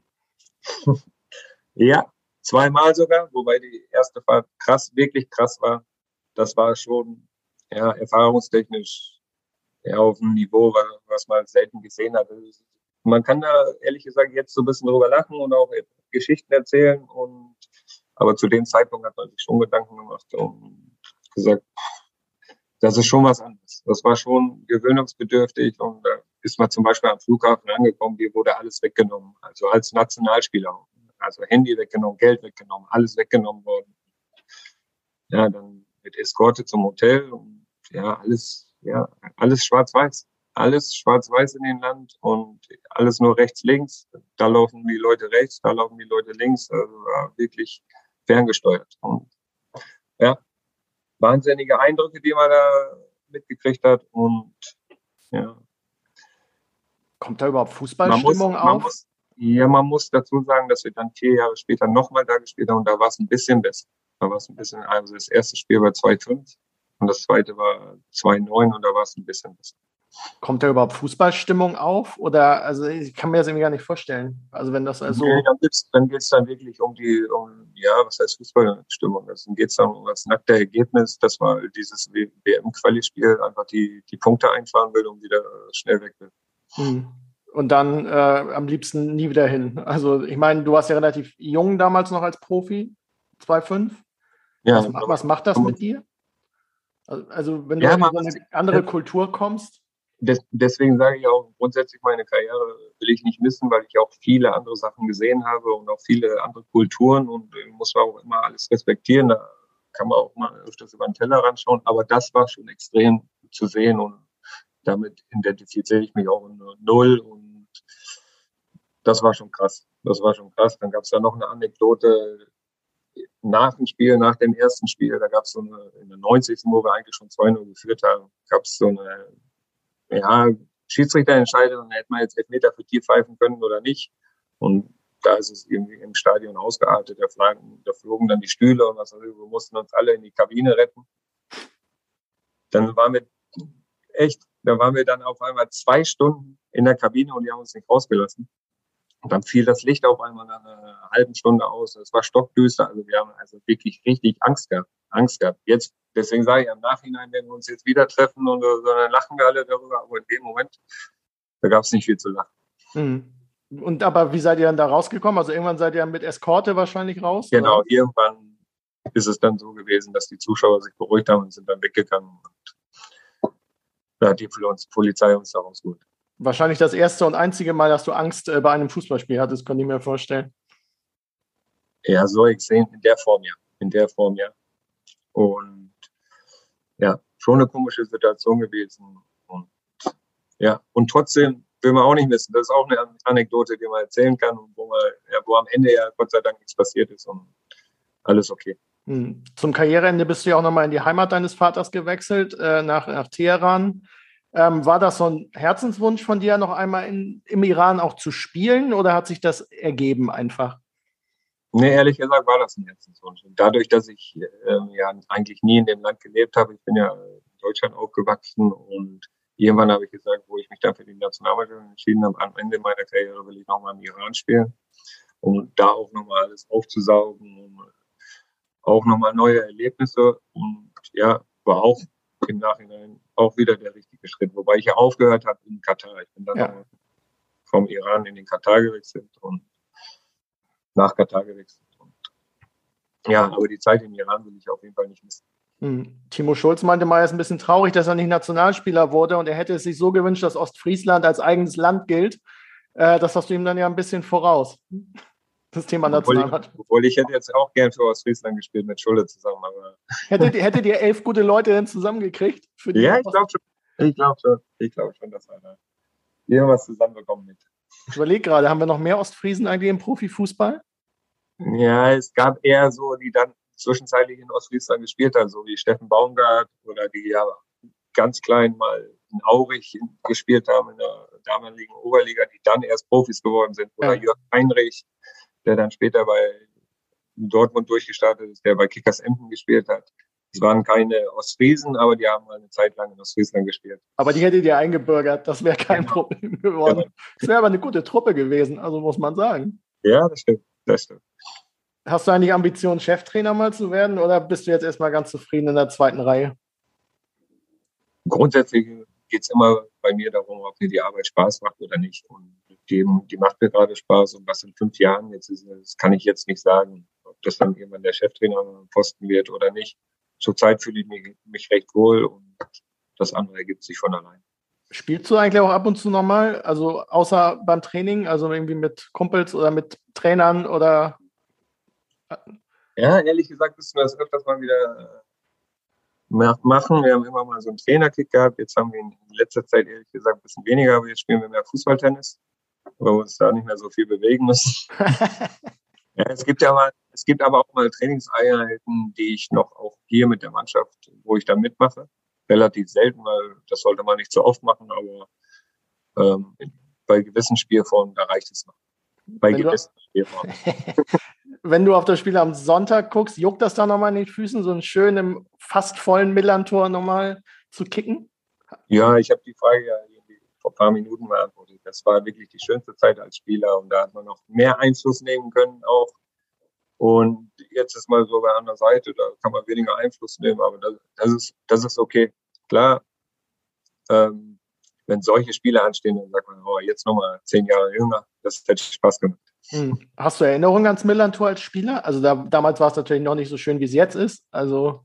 Ja, zweimal sogar, wobei die erste Fahrt krass, wirklich krass war. Das war schon, ja, erfahrungstechnisch ja, auf einem Niveau, was, was man selten gesehen hat. Man kann da ehrlich gesagt jetzt so ein bisschen drüber lachen und auch Geschichten erzählen. Und, aber zu dem Zeitpunkt hat man sich schon Gedanken gemacht und gesagt, das ist schon was anderes. Das war schon gewöhnungsbedürftig und da ist man zum Beispiel am Flughafen angekommen, hier wurde alles weggenommen. Also als Nationalspieler. Also Handy weggenommen, Geld weggenommen, alles weggenommen worden. Ja, dann mit Eskorte zum Hotel und ja, alles, ja, alles schwarz-weiß. Alles schwarz-weiß in dem Land und alles nur rechts, links. Da laufen die Leute rechts, da laufen die Leute links. Also ja, wirklich ferngesteuert. Und ja, wahnsinnige Eindrücke, die man da mitgekriegt hat. Und ja. Kommt da überhaupt Fußballstimmung man muss, man auf? Muss, ja, man muss dazu sagen, dass wir dann vier Jahre später nochmal da gespielt haben und da war es ein bisschen besser. Da war es ein bisschen, also das erste Spiel war zwei fünf und das zweite war zwei neun und da war es ein bisschen besser. Kommt da überhaupt Fußballstimmung auf? Oder, also ich kann mir das irgendwie gar nicht vorstellen. Also wenn das also. Nee, dann geht's, dann geht's dann wirklich um die, um, ja, was heißt Fußballstimmung? Also dann geht's dann um das nackte Ergebnis, dass man dieses W M-Quali-Spiel einfach die, die Punkte einfahren will und wieder schnell weg will. Hm. Und dann äh, am liebsten nie wieder hin. Also ich meine, du warst ja relativ jung damals noch als Profi, zwei fünf. Ja, was, was macht das mit dir? Also, also wenn du ja, in so eine andere ja. Kultur kommst? Des, deswegen sage ich auch, grundsätzlich meine Karriere will ich nicht missen, weil ich auch viele andere Sachen gesehen habe und auch viele andere Kulturen und äh, muss man auch immer alles respektieren. Da kann man auch mal öfters über den Teller schauen. Aber das war schon extrem zu sehen und damit identifiziere ich mich auch in null und das war schon krass. Das war schon krass. Dann gab es da noch eine Anekdote nach dem Spiel, nach dem ersten Spiel. Da gab es so eine, in der neunzigsten wo wir eigentlich schon zwei null geführt haben, gab es so eine, ja, Schiedsrichterentscheidung, dann hätte man jetzt Elfmeter für Tier pfeifen können oder nicht. Und da ist es irgendwie im Stadion ausgeartet. Da, flogen, da flogen dann die Stühle und was, wir mussten uns alle in die Kabine retten. Dann waren wir echt, da waren wir dann auf einmal zwei Stunden in der Kabine und die haben uns nicht rausgelassen. Und dann fiel das Licht auf einmal nach einer halben Stunde aus. Es war stockdüster. Also wir haben also wirklich richtig Angst gehabt. Angst gehabt. Jetzt, deswegen sage ich im Nachhinein, wenn wir uns jetzt wieder treffen und so, dann lachen wir alle darüber. Aber in dem Moment, da gab es nicht viel zu lachen. Mhm. Und aber wie seid ihr dann da rausgekommen? Also irgendwann seid ihr mit Eskorte wahrscheinlich raus? Genau, oder? Irgendwann ist es dann so gewesen, dass die Zuschauer sich beruhigt haben und sind dann weggegangen. Und da hat die Polizei uns da rausgeholt. Wahrscheinlich das erste und einzige Mal, dass du Angst äh, bei einem Fußballspiel hattest, könnte ich mir vorstellen. Ja, so extrem in der Form, ja. In der Form, ja. Und ja, schon eine komische Situation gewesen. Und ja, und trotzdem will man auch nicht missen. Das ist auch eine Anekdote, die man erzählen kann und wo man, ja, wo am Ende ja Gott sei Dank nichts passiert ist und alles okay. Hm. Zum Karriereende bist du ja auch nochmal in die Heimat deines Vaters gewechselt, äh, nach, nach Teheran. Ähm, war das so ein Herzenswunsch von dir, noch einmal in, im Iran auch zu spielen oder hat sich das ergeben einfach? Nee, ehrlich gesagt war das ein Herzenswunsch. Und dadurch, dass ich ähm, ja eigentlich nie in dem Land gelebt habe, ich bin ja in Deutschland aufgewachsen und irgendwann habe ich gesagt, wo ich mich dann für die Nationalmannschaft entschieden habe, am Ende meiner Karriere will ich nochmal im Iran spielen, um da auch nochmal alles aufzusaugen, um auch nochmal neue Erlebnisse und ja, war auch im Nachhinein auch wieder der richtige Schritt. Wobei ich ja aufgehört habe in Katar. Ich bin dann Ja. vom Iran in den Katar gewechselt und nach Katar gewechselt. Und ja, aber die Zeit im Iran will ich auf jeden Fall nicht missen. Hm. Timo Schulz meinte mal, er ist ein bisschen traurig, dass er nicht Nationalspieler wurde und er hätte es sich so gewünscht, dass Ostfriesland als eigenes Land gilt. Äh, das hast du ihm dann ja ein bisschen voraus. Das Thema Nationalmannschaft. Obwohl, obwohl ich hätte jetzt auch gern für Ostfriesland gespielt mit Schulle zusammen. Aber hättet, hättet ihr elf gute Leute denn zusammengekriegt? Für die ja, ich glaube schon. Ich glaube schon. Ich glaube schon, dass wir da irgendwas zusammenbekommen mit. Ich überlege gerade, haben wir noch mehr Ostfriesen eigentlich im Profifußball? Ja, es gab eher so, die dann zwischenzeitlich in Ostfriesland gespielt haben, so wie Steffen Baumgart oder die ja ganz klein mal in Aurich gespielt haben in der damaligen Oberliga, die dann erst Profis geworden sind. Oder ja. Jörg Heinrich, der dann später bei Dortmund durchgestartet ist, der bei Kickers Emden gespielt hat. Es waren keine Ostfriesen, aber die haben mal eine Zeit lang in Ostfriesland gespielt. Aber die hättet ihr eingebürgert, das wäre kein genau. Problem geworden. Genau. Das wäre aber eine gute Truppe gewesen, also muss man sagen. Ja, das stimmt, das stimmt. Hast du eigentlich Ambitionen, Cheftrainer mal zu werden oder bist du jetzt erstmal ganz zufrieden in der zweiten Reihe? Grundsätzlich geht es immer bei mir darum, ob mir die Arbeit Spaß macht oder nicht. Und die, die macht mir gerade Spaß. Und was in fünf Jahren jetzt ist, das kann ich jetzt nicht sagen, ob das dann irgendwann der Cheftrainer posten wird oder nicht. Zurzeit fühle ich mich, mich recht wohl und das andere ergibt sich von allein. Spielst du eigentlich auch ab und zu nochmal? Also außer beim Training, also irgendwie mit Kumpels oder mit Trainern oder? Ja, ehrlich gesagt müssen wir das öfters mal wieder machen. Wir haben immer mal so einen Trainerkick gehabt. Jetzt haben wir in letzter Zeit ehrlich gesagt ein bisschen weniger, aber jetzt spielen wir mehr Fußballtennis, weil wir uns da nicht mehr so viel bewegen müssen. Ja, es gibt ja mal, es gibt aber auch mal Trainingseinheiten, die ich noch auch hier mit der Mannschaft, wo ich da mitmache. Relativ selten, weil das sollte man nicht so oft machen, aber ähm, bei gewissen Spielformen, da reicht es noch. Bei Wenn gewissen Spielformen. Wenn du auf das Spiel am Sonntag guckst, juckt das da nochmal in den Füßen, so einen schönen, fast vollen Millern-Tor nochmal zu kicken? Ja, ich habe die Frage ja vor ein paar Minuten beantwortet. Das war wirklich die schönste Zeit als Spieler und da hat man noch mehr Einfluss nehmen können auch. Und jetzt ist mal so bei einer Seite, da kann man weniger Einfluss nehmen, aber das, das ist, das ist okay. Klar, ähm, wenn solche Spiele anstehen, dann sagt man, oh, jetzt nochmal zehn Jahre jünger, das hätte Spaß gemacht. Hm. Hast du Erinnerungen ans Millern-Tor als Spieler? Also da, damals war es natürlich noch nicht so schön, wie es jetzt ist. Also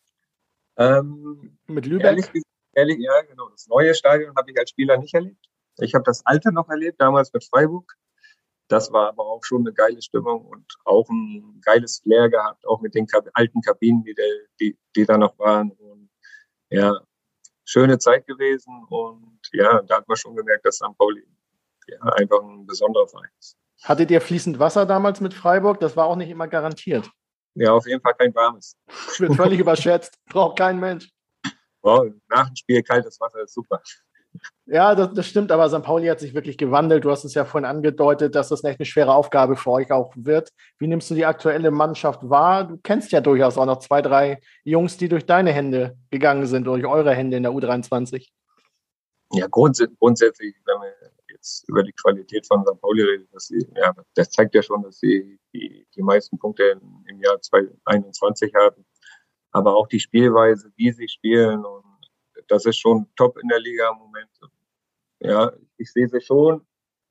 ähm, mit Lübeck? Ehrlich, ehrlich, ja, genau. Das neue Stadion habe ich als Spieler nicht erlebt. Ich habe das alte noch erlebt, damals mit Freiburg. Das war aber auch schon eine geile Stimmung und auch ein geiles Flair gehabt, auch mit den Kab- alten Kabinen, die, der, die, die da noch waren. Und ja, schöne Zeit gewesen. Und ja, da hat man schon gemerkt, dass Sankt Pauli ja, einfach ein besonderer Verein ist. Hattet ihr fließend Wasser damals mit Freiburg? Das war auch nicht immer garantiert. Ja, auf jeden Fall kein warmes. Wird völlig überschätzt. Braucht kein Mensch. Wow, nach dem Spiel kaltes Wasser ist super. Ja, das, das stimmt, aber Sankt Pauli hat sich wirklich gewandelt. Du hast es ja vorhin angedeutet, dass das echt eine schwere Aufgabe für euch auch wird. Wie nimmst du die aktuelle Mannschaft wahr? Du kennst ja durchaus auch noch zwei, drei Jungs, die durch deine Hände gegangen sind, durch eure Hände in der U dreiundzwanzig. Ja, grunds- grundsätzlich, wenn wir jetzt über die Qualität von Sankt Pauli reden, dass sie, ja, das zeigt ja schon, dass sie die, die meisten Punkte im Jahr zweitausendeinundzwanzig haben. Aber auch die Spielweise, wie sie spielen, und das ist schon top in der Liga im Moment. Ja, ich sehe sie schon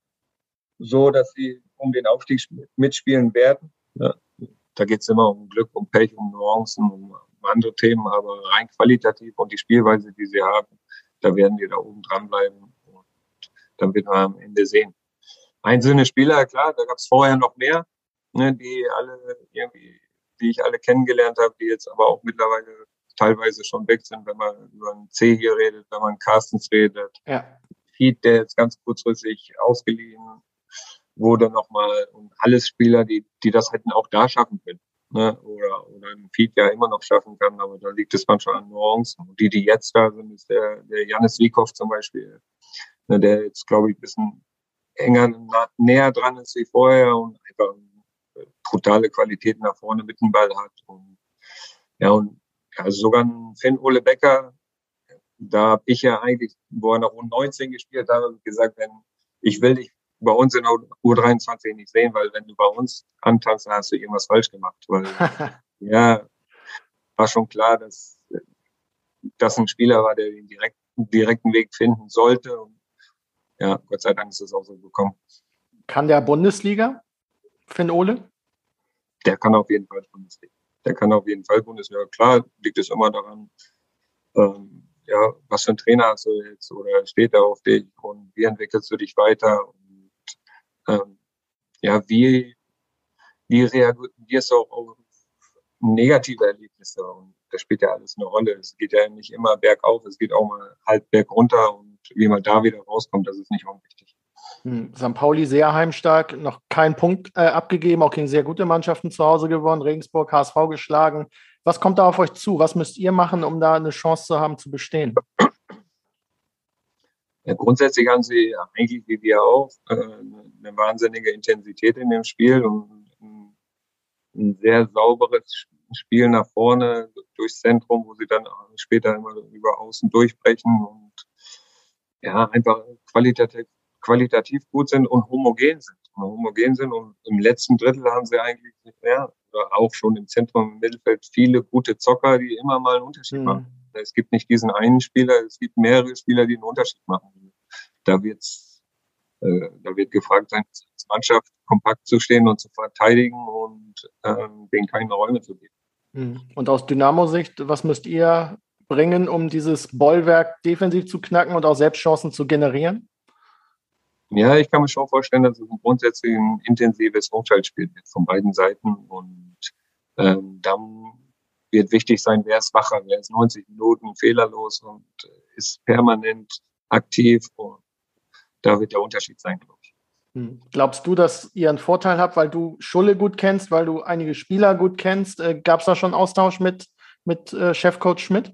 so, dass sie um den Aufstieg mitspielen werden. Ja, da geht es immer um Glück, um Pech, um Nuancen, um andere Themen, aber rein qualitativ und die Spielweise, die sie haben, da werden die da oben dranbleiben und dann wird man am Ende sehen. Einzelne Spieler, klar, da gab es vorher noch mehr, ne, die alle irgendwie, die ich alle kennengelernt habe, die jetzt aber auch mittlerweile teilweise schon weg sind, wenn man über einen C hier redet, wenn man Carstens redet. Ja. Feed, der jetzt ganz kurzfristig ausgeliehen wurde nochmal und alles Spieler, die, die das hätten auch da schaffen können. Ne? Oder, oder ein Feed ja immer noch schaffen kann, aber da liegt es manchmal an Nuancen. Und die, die jetzt da sind, ist der, der Janis Wiekow zum Beispiel, ne, der jetzt, glaube ich, ein bisschen enger, na, näher dran ist wie vorher und einfach brutale Qualität nach vorne mit dem Ball hat. Und, ja, und also sogar ein Finn Ole Becker, da habe ich ja eigentlich, wo er noch U neunzehn gespielt hat, gesagt, wenn ich will dich bei uns in der U dreiundzwanzig nicht sehen, weil wenn du bei uns antanzt, dann hast du irgendwas falsch gemacht. Weil ja, war schon klar, dass das ein Spieler war, der den direkten, direkten Weg finden sollte. Und ja, Gott sei Dank ist es auch so gekommen. Kann der Bundesliga, Finn Ole? Der kann auf jeden Fall Bundesliga. Der kann auf jeden Fall Bundesliga. Klar, liegt es immer daran, ähm, ja, was für ein Trainer hast du jetzt oder steht er auf dich und wie entwickelst du dich weiter und ähm, ja, wie, wie reagierst du auch auf negative Erlebnisse und das spielt ja alles eine Rolle. Es geht ja nicht immer bergauf, es geht auch mal halb bergunter und wie man da wieder rauskommt, das ist nicht unwichtig. Hm. Sankt Pauli sehr heimstark, noch keinen Punkt äh, abgegeben, auch gegen sehr gute Mannschaften zu Hause gewonnen, Regensburg, H S V geschlagen. Was kommt da auf euch zu? Was müsst ihr machen, um da eine Chance zu haben, zu bestehen? Ja, grundsätzlich haben sie eigentlich wie wir auch äh, eine wahnsinnige Intensität in dem Spiel und ein, ein sehr sauberes Spiel nach vorne durchs Zentrum, wo sie dann später immer über außen durchbrechen und ja, einfach qualitativ, qualitativ gut sind und homogen sind. Und homogen sind und im letzten Drittel haben sie eigentlich nicht mehr, oder auch schon im Zentrum, im Mittelfeld, viele gute Zocker, die immer mal einen Unterschied mhm. machen. Es gibt nicht diesen einen Spieler, es gibt mehrere Spieler, die einen Unterschied machen. Da wird's, äh, da wird gefragt sein, als Mannschaft kompakt zu stehen und zu verteidigen und ähm, denen keine Räume zu geben. Und aus Dynamo-Sicht, was müsst ihr bringen, um dieses Bollwerk defensiv zu knacken und auch Selbstchancen zu generieren? Ja, ich kann mir schon vorstellen, dass es ein grundsätzlich ein intensives Hochschaltspiel wird von beiden Seiten und ähm, dann wird wichtig sein, wer ist wacher, wer ist neunzig Minuten fehlerlos und ist permanent aktiv und da wird der Unterschied sein, glaube ich. Hm. Glaubst du, dass ihr einen Vorteil habt, weil du Schulle gut kennst, weil du einige Spieler gut kennst? Äh, Gab es da schon Austausch mit, mit äh, Chefcoach Schmidt?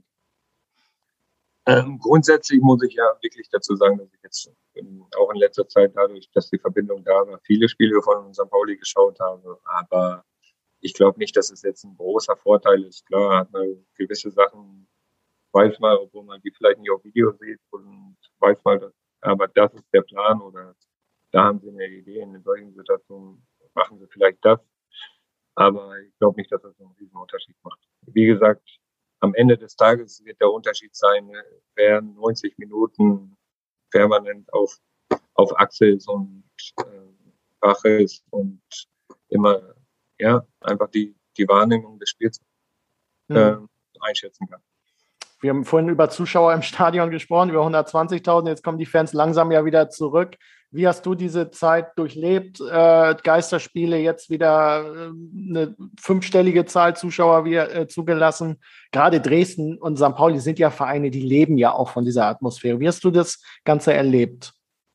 Ähm, grundsätzlich muss ich ja wirklich dazu sagen, dass ich jetzt in, auch in letzter Zeit dadurch, dass die Verbindung da war, viele Spiele von Sankt Pauli geschaut habe. Aber ich glaube nicht, dass es jetzt ein großer Vorteil ist. Klar hat man gewisse Sachen, weiß mal, obwohl man die vielleicht nicht auf Video sieht und weiß mal, dass, aber das ist der Plan oder da haben sie eine Idee, in solchen Situationen machen sie vielleicht das. Aber ich glaube nicht, dass das einen riesen Unterschied macht. Wie gesagt, am Ende des Tages wird der Unterschied sein, wer neunzig Minuten permanent auf, auf Achse ist und äh, Wache ist und immer ja einfach die, die Wahrnehmung des Spiels äh, mhm. einschätzen kann. Wir haben vorhin über Zuschauer im Stadion gesprochen, über hundertzwanzigtausend. Jetzt kommen die Fans langsam ja wieder zurück. Wie hast du diese Zeit durchlebt? Äh, Geisterspiele, jetzt wieder äh, eine fünfstellige Zahl Zuschauer wieder äh, zugelassen. Gerade Dresden und Sankt Pauli sind ja Vereine, die leben ja auch von dieser Atmosphäre. Wie hast du das Ganze erlebt?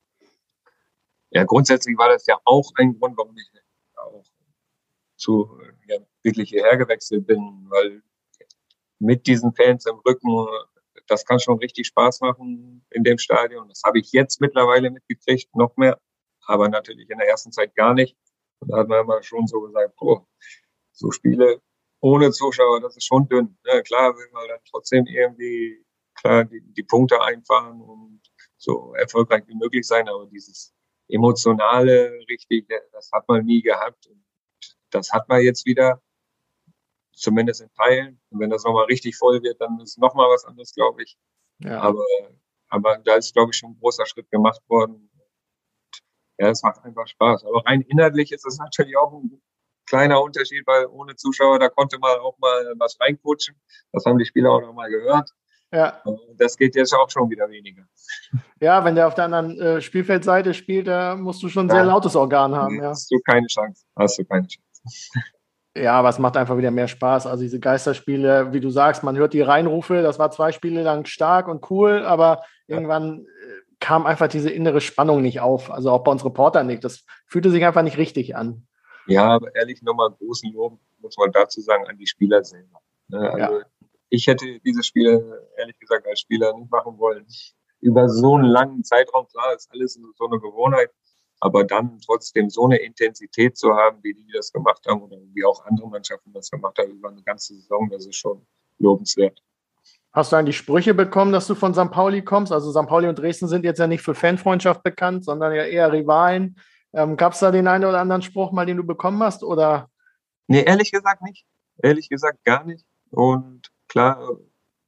Ja, grundsätzlich war das ja auch ein Grund, warum ich auch zu ja, wirklich hierher gewechselt bin, weil mit diesen Fans im Rücken, das kann schon richtig Spaß machen in dem Stadion. Das habe ich jetzt mittlerweile mitgekriegt, noch mehr, aber natürlich in der ersten Zeit gar nicht. Und da hat man immer schon so gesagt, oh, so Spiele ohne Zuschauer, das ist schon dünn. Ja, klar will man dann trotzdem irgendwie klar die, die Punkte einfahren und so erfolgreich wie möglich sein, aber dieses emotionale, richtig, das hat man nie gehabt. Und das hat man jetzt wieder. Zumindest in Teilen. Und wenn das nochmal richtig voll wird, dann ist nochmal was anderes, glaube ich. Ja. Aber, aber da ist, glaube ich, schon ein großer Schritt gemacht worden. Und ja, es macht einfach Spaß. Aber rein inhaltlich ist es natürlich auch ein kleiner Unterschied, weil ohne Zuschauer, da konnte man auch mal was reinkutschen. Das haben die Spieler auch nochmal gehört. Ja. Und das geht jetzt auch schon wieder weniger. Ja, wenn der auf der anderen äh, Spielfeldseite spielt, da musst du schon ein ja. sehr lautes Organ haben. Nee, ja. Hast du keine Chance. Hast du keine Chance. Ja, aber es macht einfach wieder mehr Spaß. Also diese Geisterspiele, wie du sagst, man hört die Reinrufe, das war zwei Spiele lang stark und cool, aber ja. irgendwann kam einfach diese innere Spannung nicht auf. Also auch bei uns Reportern nicht. Das fühlte sich einfach nicht richtig an. Ja, aber ehrlich nochmal großen Lob, muss man dazu sagen, an die Spieler selber. Also ja. Ich hätte diese Spiele, ehrlich gesagt, als Spieler nicht machen wollen. Über so einen langen Zeitraum, klar, ist alles so eine Gewohnheit. Aber dann trotzdem so eine Intensität zu haben, wie die das gemacht haben oder wie auch andere Mannschaften das gemacht haben über eine ganze Saison, das ist schon lobenswert. Hast du eigentlich Sprüche bekommen, dass du von Sankt Pauli kommst? Also Sankt Pauli und Dresden sind jetzt ja nicht für Fanfreundschaft bekannt, sondern ja eher Rivalen. Ähm, Gab es da den einen oder anderen Spruch mal, den du bekommen hast? Oder? Nee, ehrlich gesagt nicht. Ehrlich gesagt gar nicht. Und klar,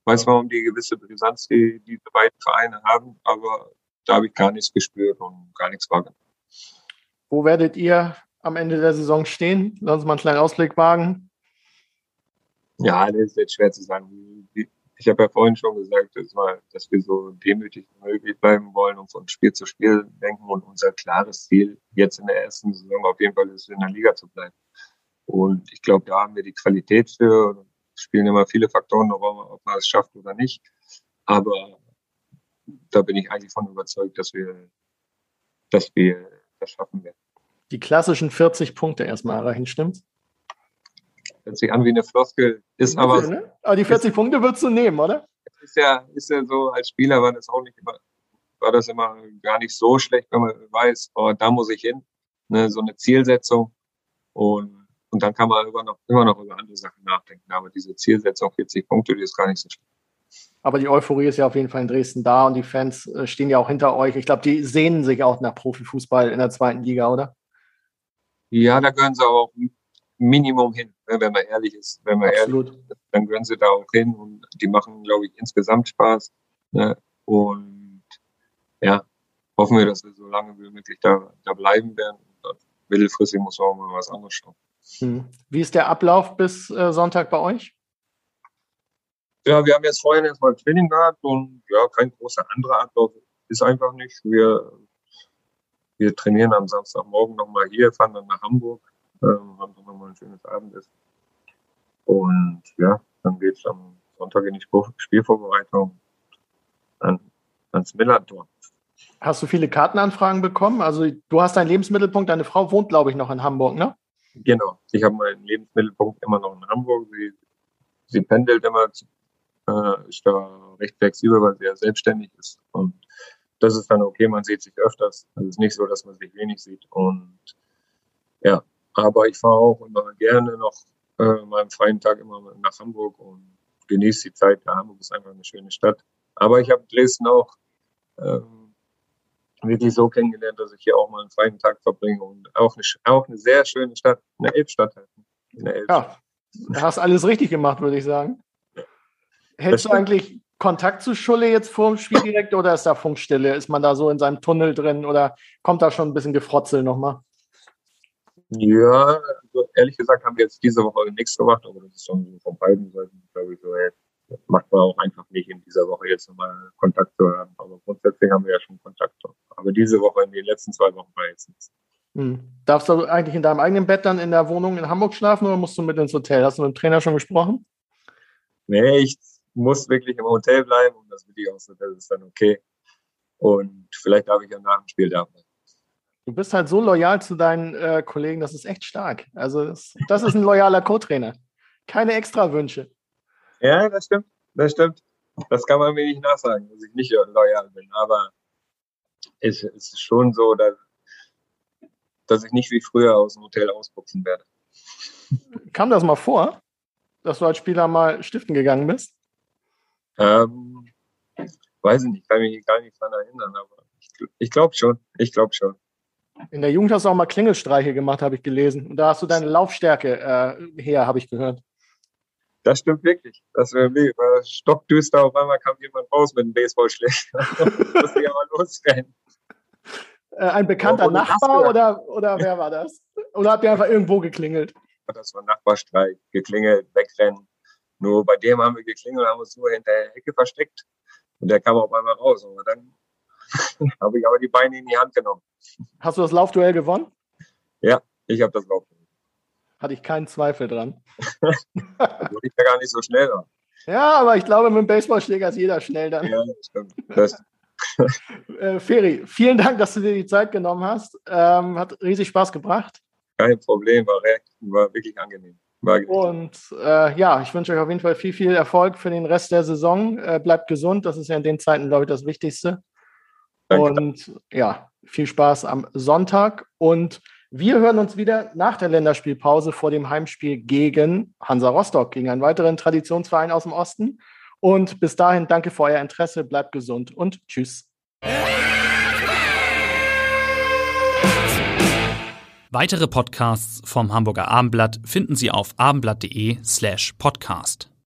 weiß zwar um die gewisse Brisanz, die diese beiden Vereine haben, aber da habe ich gar nichts gespürt und gar nichts wahrgenommen. Wo werdet ihr am Ende der Saison stehen? Lass uns mal einen kleinen Ausblick wagen. Ja, das ist jetzt schwer zu sagen. Ich habe ja vorhin schon gesagt, dass wir, dass wir so demütig wie möglich bleiben wollen und von Spiel zu Spiel denken. Und unser klares Ziel jetzt in der ersten Saison auf jeden Fall ist, in der Liga zu bleiben. Und ich glaube, da haben wir die Qualität für. Es spielen immer viele Faktoren eine Rolle, ob man es schafft oder nicht. Aber da bin ich eigentlich von überzeugt, dass wir, dass wir das schaffen werden. Die klassischen vierzig Punkte erstmal erreichen, stimmt's? Hört sich an wie eine Floskel, ist aber... Bisschen, ne? Aber die vierzig ist, Punkte würdest du nehmen, oder? Ist ja, ist ja so, als Spieler war das auch nicht immer, war das immer gar nicht so schlecht, wenn man weiß, oh, da muss ich hin, ne, so eine Zielsetzung. Und, und dann kann man immer noch, immer noch über andere Sachen nachdenken. Aber diese Zielsetzung, vierzig Punkte, die ist gar nicht so schlecht. Aber die Euphorie ist ja auf jeden Fall in Dresden da und die Fans stehen ja auch hinter euch. Ich glaube, die sehnen sich auch nach Profifußball in der zweiten Liga, oder? Ja, da gehören sie aber auch Minimum hin, wenn man ehrlich ist. Wenn man Absolut. ehrlich ist, dann gehören sie da auch hin und die machen, glaube ich, insgesamt Spaß. Ne? Und ja, hoffen wir, dass wir so lange wie möglich da, da bleiben werden. Und mittelfristig muss man auch mal was anderes schauen. Hm. Wie ist der Ablauf bis äh, Sonntag bei euch? Ja, wir haben jetzt vorhin erstmal Training gehabt und ja, kein großer anderer Ablauf ist einfach nicht. Wir, wir trainieren am Samstagmorgen nochmal hier, fahren dann nach Hamburg. Ähm, haben dann nochmal ein schönes Abendessen. Und ja, dann geht es am Sonntag in die Spielvorbereitung an, ans Millantor. Hast du viele Kartenanfragen bekommen? Also du hast deinen Lebensmittelpunkt, deine Frau wohnt, glaube ich, noch in Hamburg, ne? Genau, ich habe meinen Lebensmittelpunkt immer noch in Hamburg. Sie, sie pendelt immer, äh, ist da recht flexibel, weil sie ja selbstständig ist. Und das ist dann okay, man sieht sich öfters. Es ist nicht so, dass man sich wenig sieht. Und ja, aber ich fahre auch immer gerne noch äh, meinem freien Tag immer nach Hamburg und genieße die Zeit. Ja, Hamburg ist einfach eine schöne Stadt. Aber ich habe Dresden auch ähm, wirklich so kennengelernt, dass ich hier auch mal einen freien Tag verbringe und auch eine, auch eine sehr schöne Stadt, eine Elbstadt halt. Eine Elbstadt. Ja, du hast alles richtig gemacht, würde ich sagen. Hältst du eigentlich Kontakt zu Schulle jetzt vor dem Spiel direkt oder ist da Funkstille? Ist man da so in seinem Tunnel drin oder kommt da schon ein bisschen Gefrotzel nochmal? Ja, also ehrlich gesagt haben wir jetzt diese Woche nichts gemacht, aber das ist schon von beiden Seiten, glaube ich, so, ey, das macht man auch einfach nicht in dieser Woche jetzt nochmal Kontakt zu haben. Aber grundsätzlich haben wir ja schon Kontakt. Aber diese Woche, in den letzten zwei Wochen war jetzt nichts. Hm. Darfst du eigentlich in deinem eigenen Bett dann in der Wohnung in Hamburg schlafen oder musst du mit ins Hotel? Hast du mit dem Trainer schon gesprochen? Nee, ich muss wirklich im Hotel bleiben und das will ich auch so, das ist dann okay. Und vielleicht darf ich ja nach dem Spiel da bleiben. Du bist halt so loyal zu deinen äh, Kollegen, das ist echt stark. Also das, das ist ein loyaler Co-Trainer. Keine extra Wünsche. Ja, das stimmt. Das stimmt. Das kann man mir nicht nachsagen, dass ich nicht loyal bin. Aber es, es ist schon so, dass, dass ich nicht wie früher aus dem Hotel ausputzen werde. Kam das mal vor, dass du als Spieler mal stiften gegangen bist? Ähm, weiß ich nicht. Kann mich gar nicht daran erinnern. Aber ich, ich glaube schon. Ich glaube schon. In der Jugend hast du auch mal Klingelstreiche gemacht, habe ich gelesen. Und da hast du deine Laufstärke äh, her, habe ich gehört. Das stimmt wirklich. Das war stockdüster. Auf einmal kam jemand raus mit einem Baseballschläger. Musste ich aber losrennen. Äh, ein bekannter oh, Nachbar oder, oder wer war das? Oder habt ihr einfach irgendwo geklingelt? Das war Nachbarstreich. Geklingelt, wegrennen. Nur bei dem haben wir geklingelt, haben uns nur hinter der Ecke versteckt. Und der kam auf einmal raus. Aber dann habe ich aber die Beine in die Hand genommen. Hast du das Laufduell gewonnen? Ja, ich habe das Laufduell. Hatte ich keinen Zweifel dran. Obwohl ich ja gar nicht so schnell war. Ja, aber ich glaube, mit dem Baseballschläger ist jeder schnell dann. Ja, das stimmt. Das äh, Feri, vielen Dank, dass du dir die Zeit genommen hast. Ähm, hat riesig Spaß gebracht. Kein Problem, war, recht, war wirklich angenehm. War Und äh, ja, ich wünsche euch auf jeden Fall viel, viel Erfolg für den Rest der Saison. Äh, bleibt gesund, das ist ja in den Zeiten, glaube ich, das Wichtigste. Danke. Und ja, viel Spaß am Sonntag. Und wir hören uns wieder nach der Länderspielpause vor dem Heimspiel gegen Hansa Rostock, gegen einen weiteren Traditionsverein aus dem Osten. Und bis dahin danke für euer Interesse, bleibt gesund und tschüss. Weitere Podcasts vom Hamburger Abendblatt finden Sie auf abendblatt.de slash podcast.